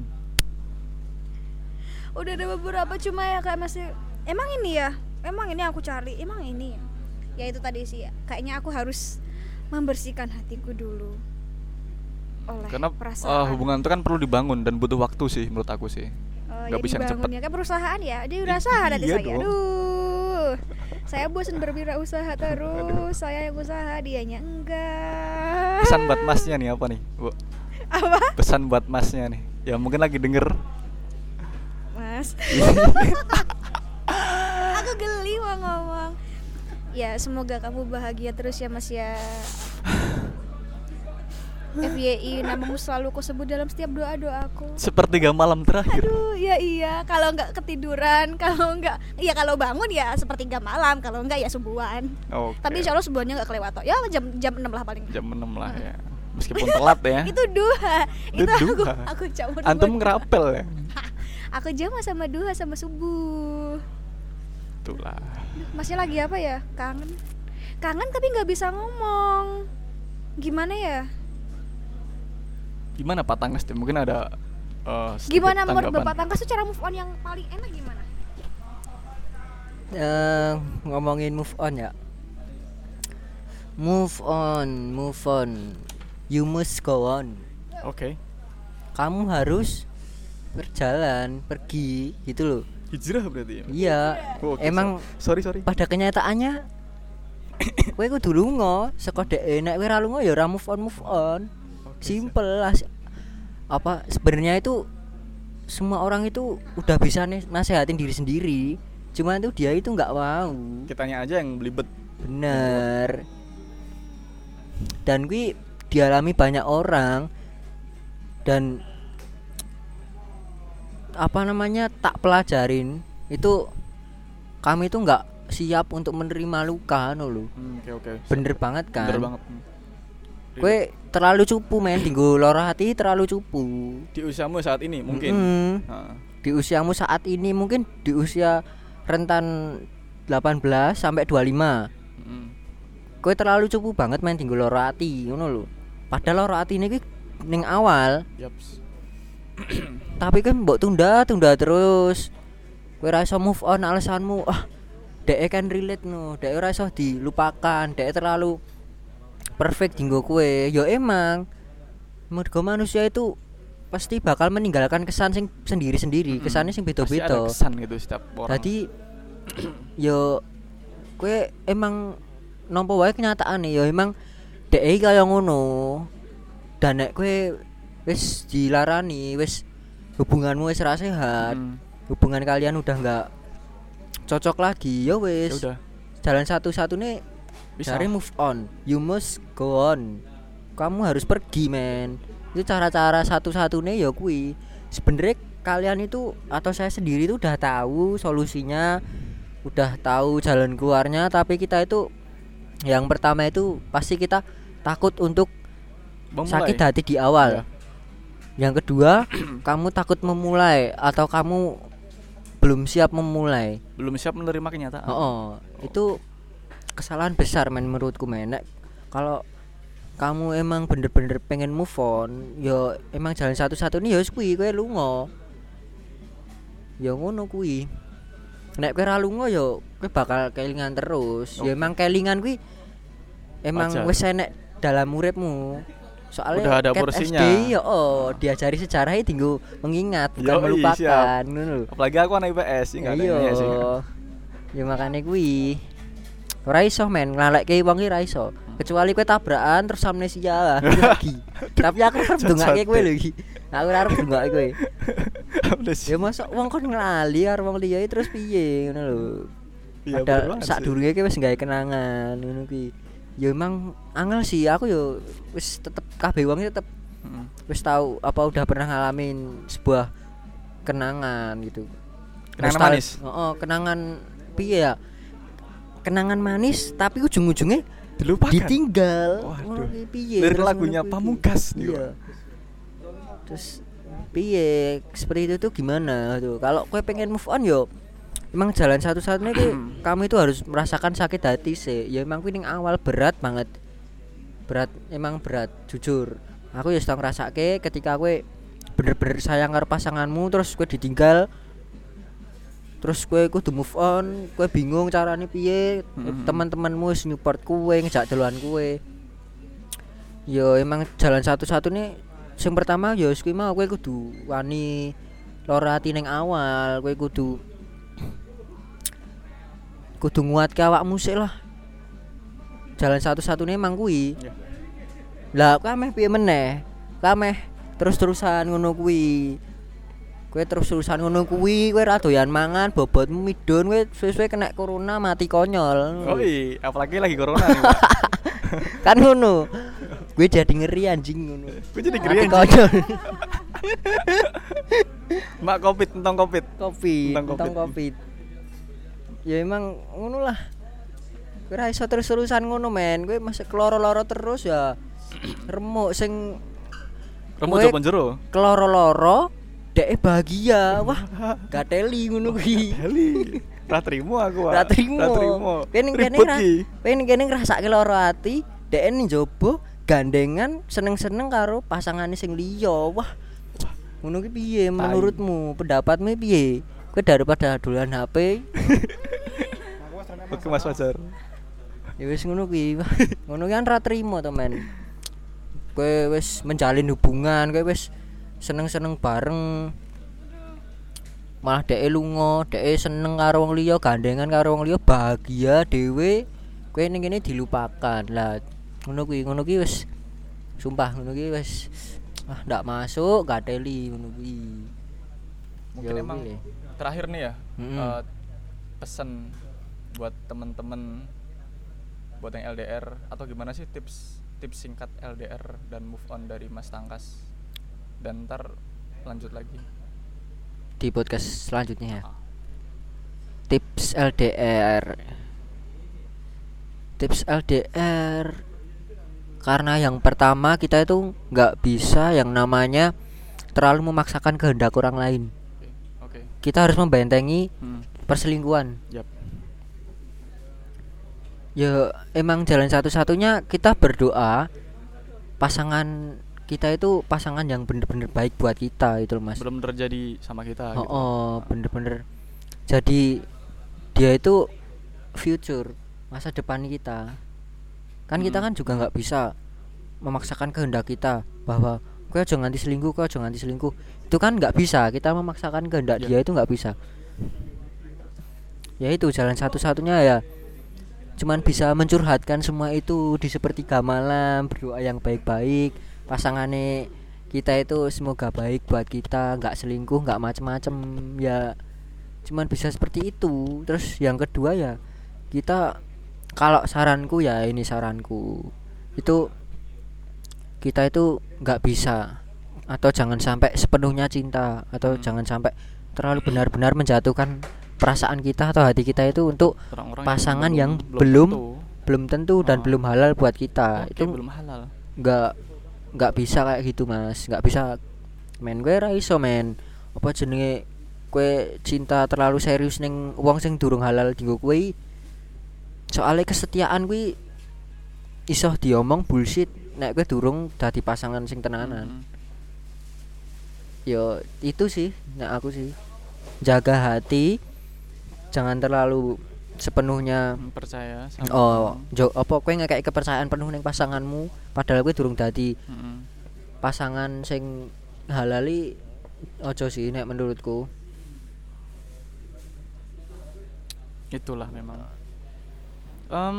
Udah ada beberapa cuma ya kayak masih emang ini ya. Emang ini aku cari, emang ini. Ya itu tadi sih. Kayaknya aku harus membersihkan hatiku dulu. Oleh Karena perasaan. uh, hubungan itu kan perlu dibangun dan butuh waktu sih menurut aku sih. Oh, Nggak ya bisa yang cepet. dibangun ya kan perusahaan ya. Dia udah I- usaha nanti iya saya. dong. Aduh. Saya bosan berwirausaha terus. Saya yang usaha, dianya enggak. Pesan buat masnya nih apa nih Bu? Apa? Pesan buat masnya nih. Ya mungkin lagi denger. Mas. Aku geli mau ngomong. Ya semoga kamu bahagia terus ya Mas ya. F Y I namamu selalu ku sebut dalam setiap doa-doaku. Sepertiga malam terakhir. Aduh, ya iya, kalau enggak ketiduran, kalau enggak, iya kalau bangun ya sepertiga malam, kalau enggak ya subuhan. Oke. Tapi insya Allah subuhannya enggak kelewat. Ya jam jam enam lah paling. Jam enam lah ya. Meskipun telat ya. Itu duha. Itu Itu aku duha. aku campur. Antum ngerapel ya. Aku jama sama duha sama subuh. Itulah. Duh, Masnya lagi apa ya? Kangen. Kangen tapi nggak bisa ngomong. Gimana ya? Gimana Pak Tangkas tuh? Mungkin ada uh, sedikit Gimana menurut tanggapan. Bapak Tangkas tuh cara move on yang paling enak gimana? Eh, ngomongin move on ya. Move on, move on. You must go on. Oke. Kamu harus berjalan, pergi gitu loh. Hijrah berarti ya. Iya, Oh, oke, emang so- sorry sorry. pada kenyataannya kowe kudu lunga, saka dhek nek kowe ra lunga ya ora move on, move on. Oke, Simple lah. Apa sebenarnya itu semua orang itu udah bisa nih nasehatin diri sendiri. Cuman tuh dia itu nggak mau. Kitanya aja yang belibet. Bener. Dan gue dialami banyak orang. Dan apa namanya tak pelajarin itu kami tuh nggak siap untuk menerima luka no lo. Hmm, oke oke. Bener banget kan. Bener banget. Gue terlalu cupu men, tinggu loro hati terlalu cupu. Di usiamu saat ini mungkin. Mm-mm. Nah, Di usiamu saat ini mungkin di usia rentan delapan belas sampai dua puluh lima. mm. Kowe terlalu cupu banget main tinggal loro ati ngono lho. Padahal loro ati ini ning awal, Yaps. tapi kan mbok tunda-tunda terus. Kowe ora iso move on alasanmu, ah dek kan relate no, dek ora iso dilupakan, dek terlalu perfect dinggo kowe. Ya emang mergo manusia itu pasti bakal meninggalkan kesan sing sendiri-sendiri, Mm-mm. kesannya sing Pasti ada beda-beda. kesan gitu setiap orang. Jadi yo kowe emang nampa wae kenyataane yo emang dhek iki kaya ngono. Dan nek kowe wis dilarani, wis hubunganmu wis ra sehat, Mm. hubungan kalian udah enggak cocok lagi, ya Ya wis. udah. Jalan satu-satunya Bisa. cari move on. You must go on. Kamu harus pergi, men. Itu cara-cara satu-satunya ya kuwi. Sebenarnya kalian itu atau saya sendiri itu udah tahu solusinya, udah tahu jalan keluarnya, tapi kita itu yang pertama itu pasti kita takut untuk Memulai. sakit hati di awal. Iya. Yang kedua, kamu takut memulai atau kamu belum siap memulai. Belum siap menerima kenyataan. Oh, oh. Itu kesalahan besar men menurutku men. Nek kalau kamu emang bener-bener pengen move on, yo emang jalan satu-satunya ya wis kuwi kowe lunga. Ya ngono kuwi. Nek kowe ra lunga yo kowe bakal kelingan terus. Ya Oke. emang kelingan kuwi emang Wajar. wis enek dalam uripmu. Soalnya Udah ada ket porsinya. S D, yo oh, diajari sejarah itu tinggal mengingat bukan Yoi, melupakan siap. ngono lho. Apalagi aku anak I P S sih enggak ada Iya. yang sih. Ya makane kuwi. Ora iso men nglaleke wong iki ora iso. Kecuali kowe tabrakan terus amnesia lah lagi. Tapi aku arep ndongake kowe lho iki. Aku ora arep ndongake kowe. Ya mosok wong kon nglali karo wong liya terus piye ngono lho. Iya, bener Padahal banget sak sih. durunge kowe wis gawe kenangan ngono kuwi. Ya emang angel sih aku yo wis tetep kabeh wong tetep Mm. wis tahu apa udah pernah ngalamin sebuah kenangan gitu. Kenangan Nostal- manis? Heeh, kenangan piye ya? Kenangan manis tapi ujung-ujungnya Dilupakan. ditinggal. Waduh. Ngono ki piye? Dari Terus lagunya ngono kuwi Pamungkas nih, Iya. Pak. Terus piye seperti itu tuh gimana tuh. Kalau kowe pengen move on yo emang jalan satu-satunya tuh kamu itu harus merasakan sakit hati sih. Ya emang kuwi ning awal berat banget. Berat emang berat jujur. Aku ya sedang ngrasake ketika kowe bener-bener sayang karo pasanganmu terus kowe ditinggal. Terus kowe kudu move on, kowe bingung carane piye. Mm-hmm. Teman-temanmu wis support kowe, ngejak deloan kowe. Yo emang jalan satu-satunya sing pertama yo wis kuwi mau kowe kudu wani lara ati ning awal, kowe kudu kudu nguatke awakmu sik lah. Jalan satu-satunya emang kuwi. Yeah. Lah kowe ameh piye meneh? Kowe ameh terus-terusan ngono kuwi. Kowe terus-terusan ngono kuwi, kowe ra doyan mangan, bobotmu midun, kowe suwe-suwe kena corona mati konyol. Oh iya, apalagi lagi corona nih, Pak. Kan ngono. Gue jadi ngeri anjing ngono. Gue jadi ngeri Mati anjing. konyol. Mak covid, tentang covid. Covid, Tentang tentang Covid. Covid. Ya emang ngono lah. Kowe ra iso terus-terusan ngono men. Kowe masih keloro-loro terus ya. Remuk sing Remu kowe coba jero. keloro-loro dek bahagia. Wah, gak teli ngono kuwi. Heli. Ra trimo aku, Pak. Ra trimo. Ra trimo. Kowe ning kene Ribut ra. ki. Kowe ning kene ngrasake lara ati, dek ning njaba gandengan seneng-seneng karo pasangane sing liya. Wah. Ngono ki piye menurutmu? Pendapatmu piye? Kowe daripada dolan H P. Oke Mas Fajar. Ya wis ngono kuwi. Wah, ngono kan ra trimo to men. Kowe wis menjalin hubungan, kowe wis seneng-seneng bareng. Malah dhek lunga, dhek seneng karo wong liya, gandengan karo wong liya, bahagia dhewe. Kowe ning kene dilupakan. Lah ngono kuwi, ngono kuwi wis sumpah ngono kuwi wis ah ndak masuk, gak teli ngono kuwi. Mungkin Ya emang kuwi. terakhir nih ya, Mm-mm. eh, pesan buat temen-temen buat yang L D R atau gimana sih tips tips singkat L D R dan move on dari Mas Tangkas, dan ntar lanjut lagi Di podcast selanjutnya ya. Ah. Tips L D R. Tips L D R. Karena yang pertama kita itu nggak bisa yang namanya terlalu memaksakan kehendak orang lain. Oke, oke. Kita harus membentengi Hmm. perselingkuhan. Yap. Ya emang jalan satu-satunya kita berdoa pasangan kita itu pasangan yang bener-bener baik buat kita itu loh, Mas. Belum terjadi sama kita Oh, gitu. oh, bener-bener. Jadi dia itu future, masa depan kita. Kan kita Hmm. kan juga nggak bisa memaksakan kehendak kita bahwa kau aja nganti selingkuh, kau aja nganti selingkuh. Itu kan nggak bisa. Kita memaksakan kehendak Ya. dia itu nggak bisa. Ya itu jalan satu-satunya ya. Cuman bisa mencurhatkan semua itu di sepertiga malam, berdoa yang baik-baik. Pasangane kita itu semoga baik buat kita, nggak selingkuh, nggak macem-macem ya. Cuman bisa seperti itu. Terus yang kedua ya kita, kalau saranku ya ini saranku itu kita itu nggak bisa atau jangan sampai sepenuhnya cinta atau Hmm. jangan sampai terlalu benar-benar menjatuhkan perasaan kita atau hati kita itu untuk Orang-orang pasangan yang belum belum tentu. belum tentu dan Oh. belum halal buat kita. Oke, Itu belum halal. nggak nggak bisa kayak gitu Mas, nggak bisa men. Gue ra iso men apa jenenge kue cinta terlalu serius ning wong sing durung halal dienggo kowe. Soalnya kesetiaan kuwi iso diomong bullshit nek kowe durung dadi pasangan sing tenanan. Hmm. Yo itu sih nek aku sih. Jaga hati, jangan terlalu sepenuhnya Hmm, percaya sama oh jo, apa kowe ngekek kepercayaan penuh ning pasanganmu padahal kowe durung dadi Hmm. pasangan sing halali. Ojo sih nek menurutku. Itulah memang. Em,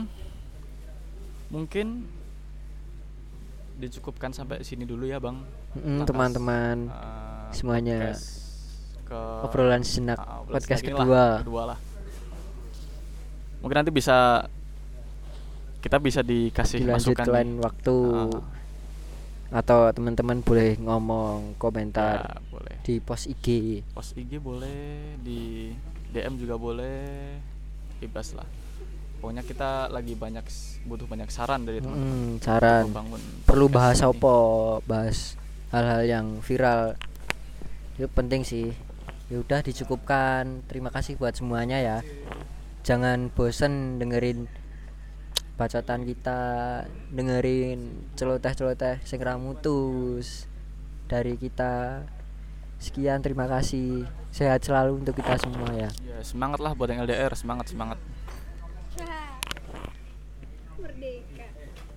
mungkin dicukupkan sampai sini dulu ya Bang. Mm, Tangkas, teman-teman eh, semuanya. podcast ke Obrolan sejenak ah, obrolan podcast sejenak kedua. lah, kedua lah. Mungkin nanti bisa kita bisa dikasih Dilanjut masukan lain nih. waktu Ah, atau teman-teman boleh ngomong komentar ya, boleh. di post I G. Post I G boleh, di D M juga boleh, bebas lah. Pokoknya kita lagi banyak butuh banyak saran dari teman-teman. Hmm, saran untuk membangun perlu podcast bahas ini. apa, bahas hal-hal yang viral Itu penting sih. Ya udah dicukupkan. Terima kasih buat semuanya ya. Jangan bosen dengerin bacotan kita, dengerin celoteh-celoteh sing ra mutus dari kita. Sekian, terima kasih. Sehat selalu untuk kita semua ya. Ya, semangat lah buat yang L D R, semangat semangat. Merdeka.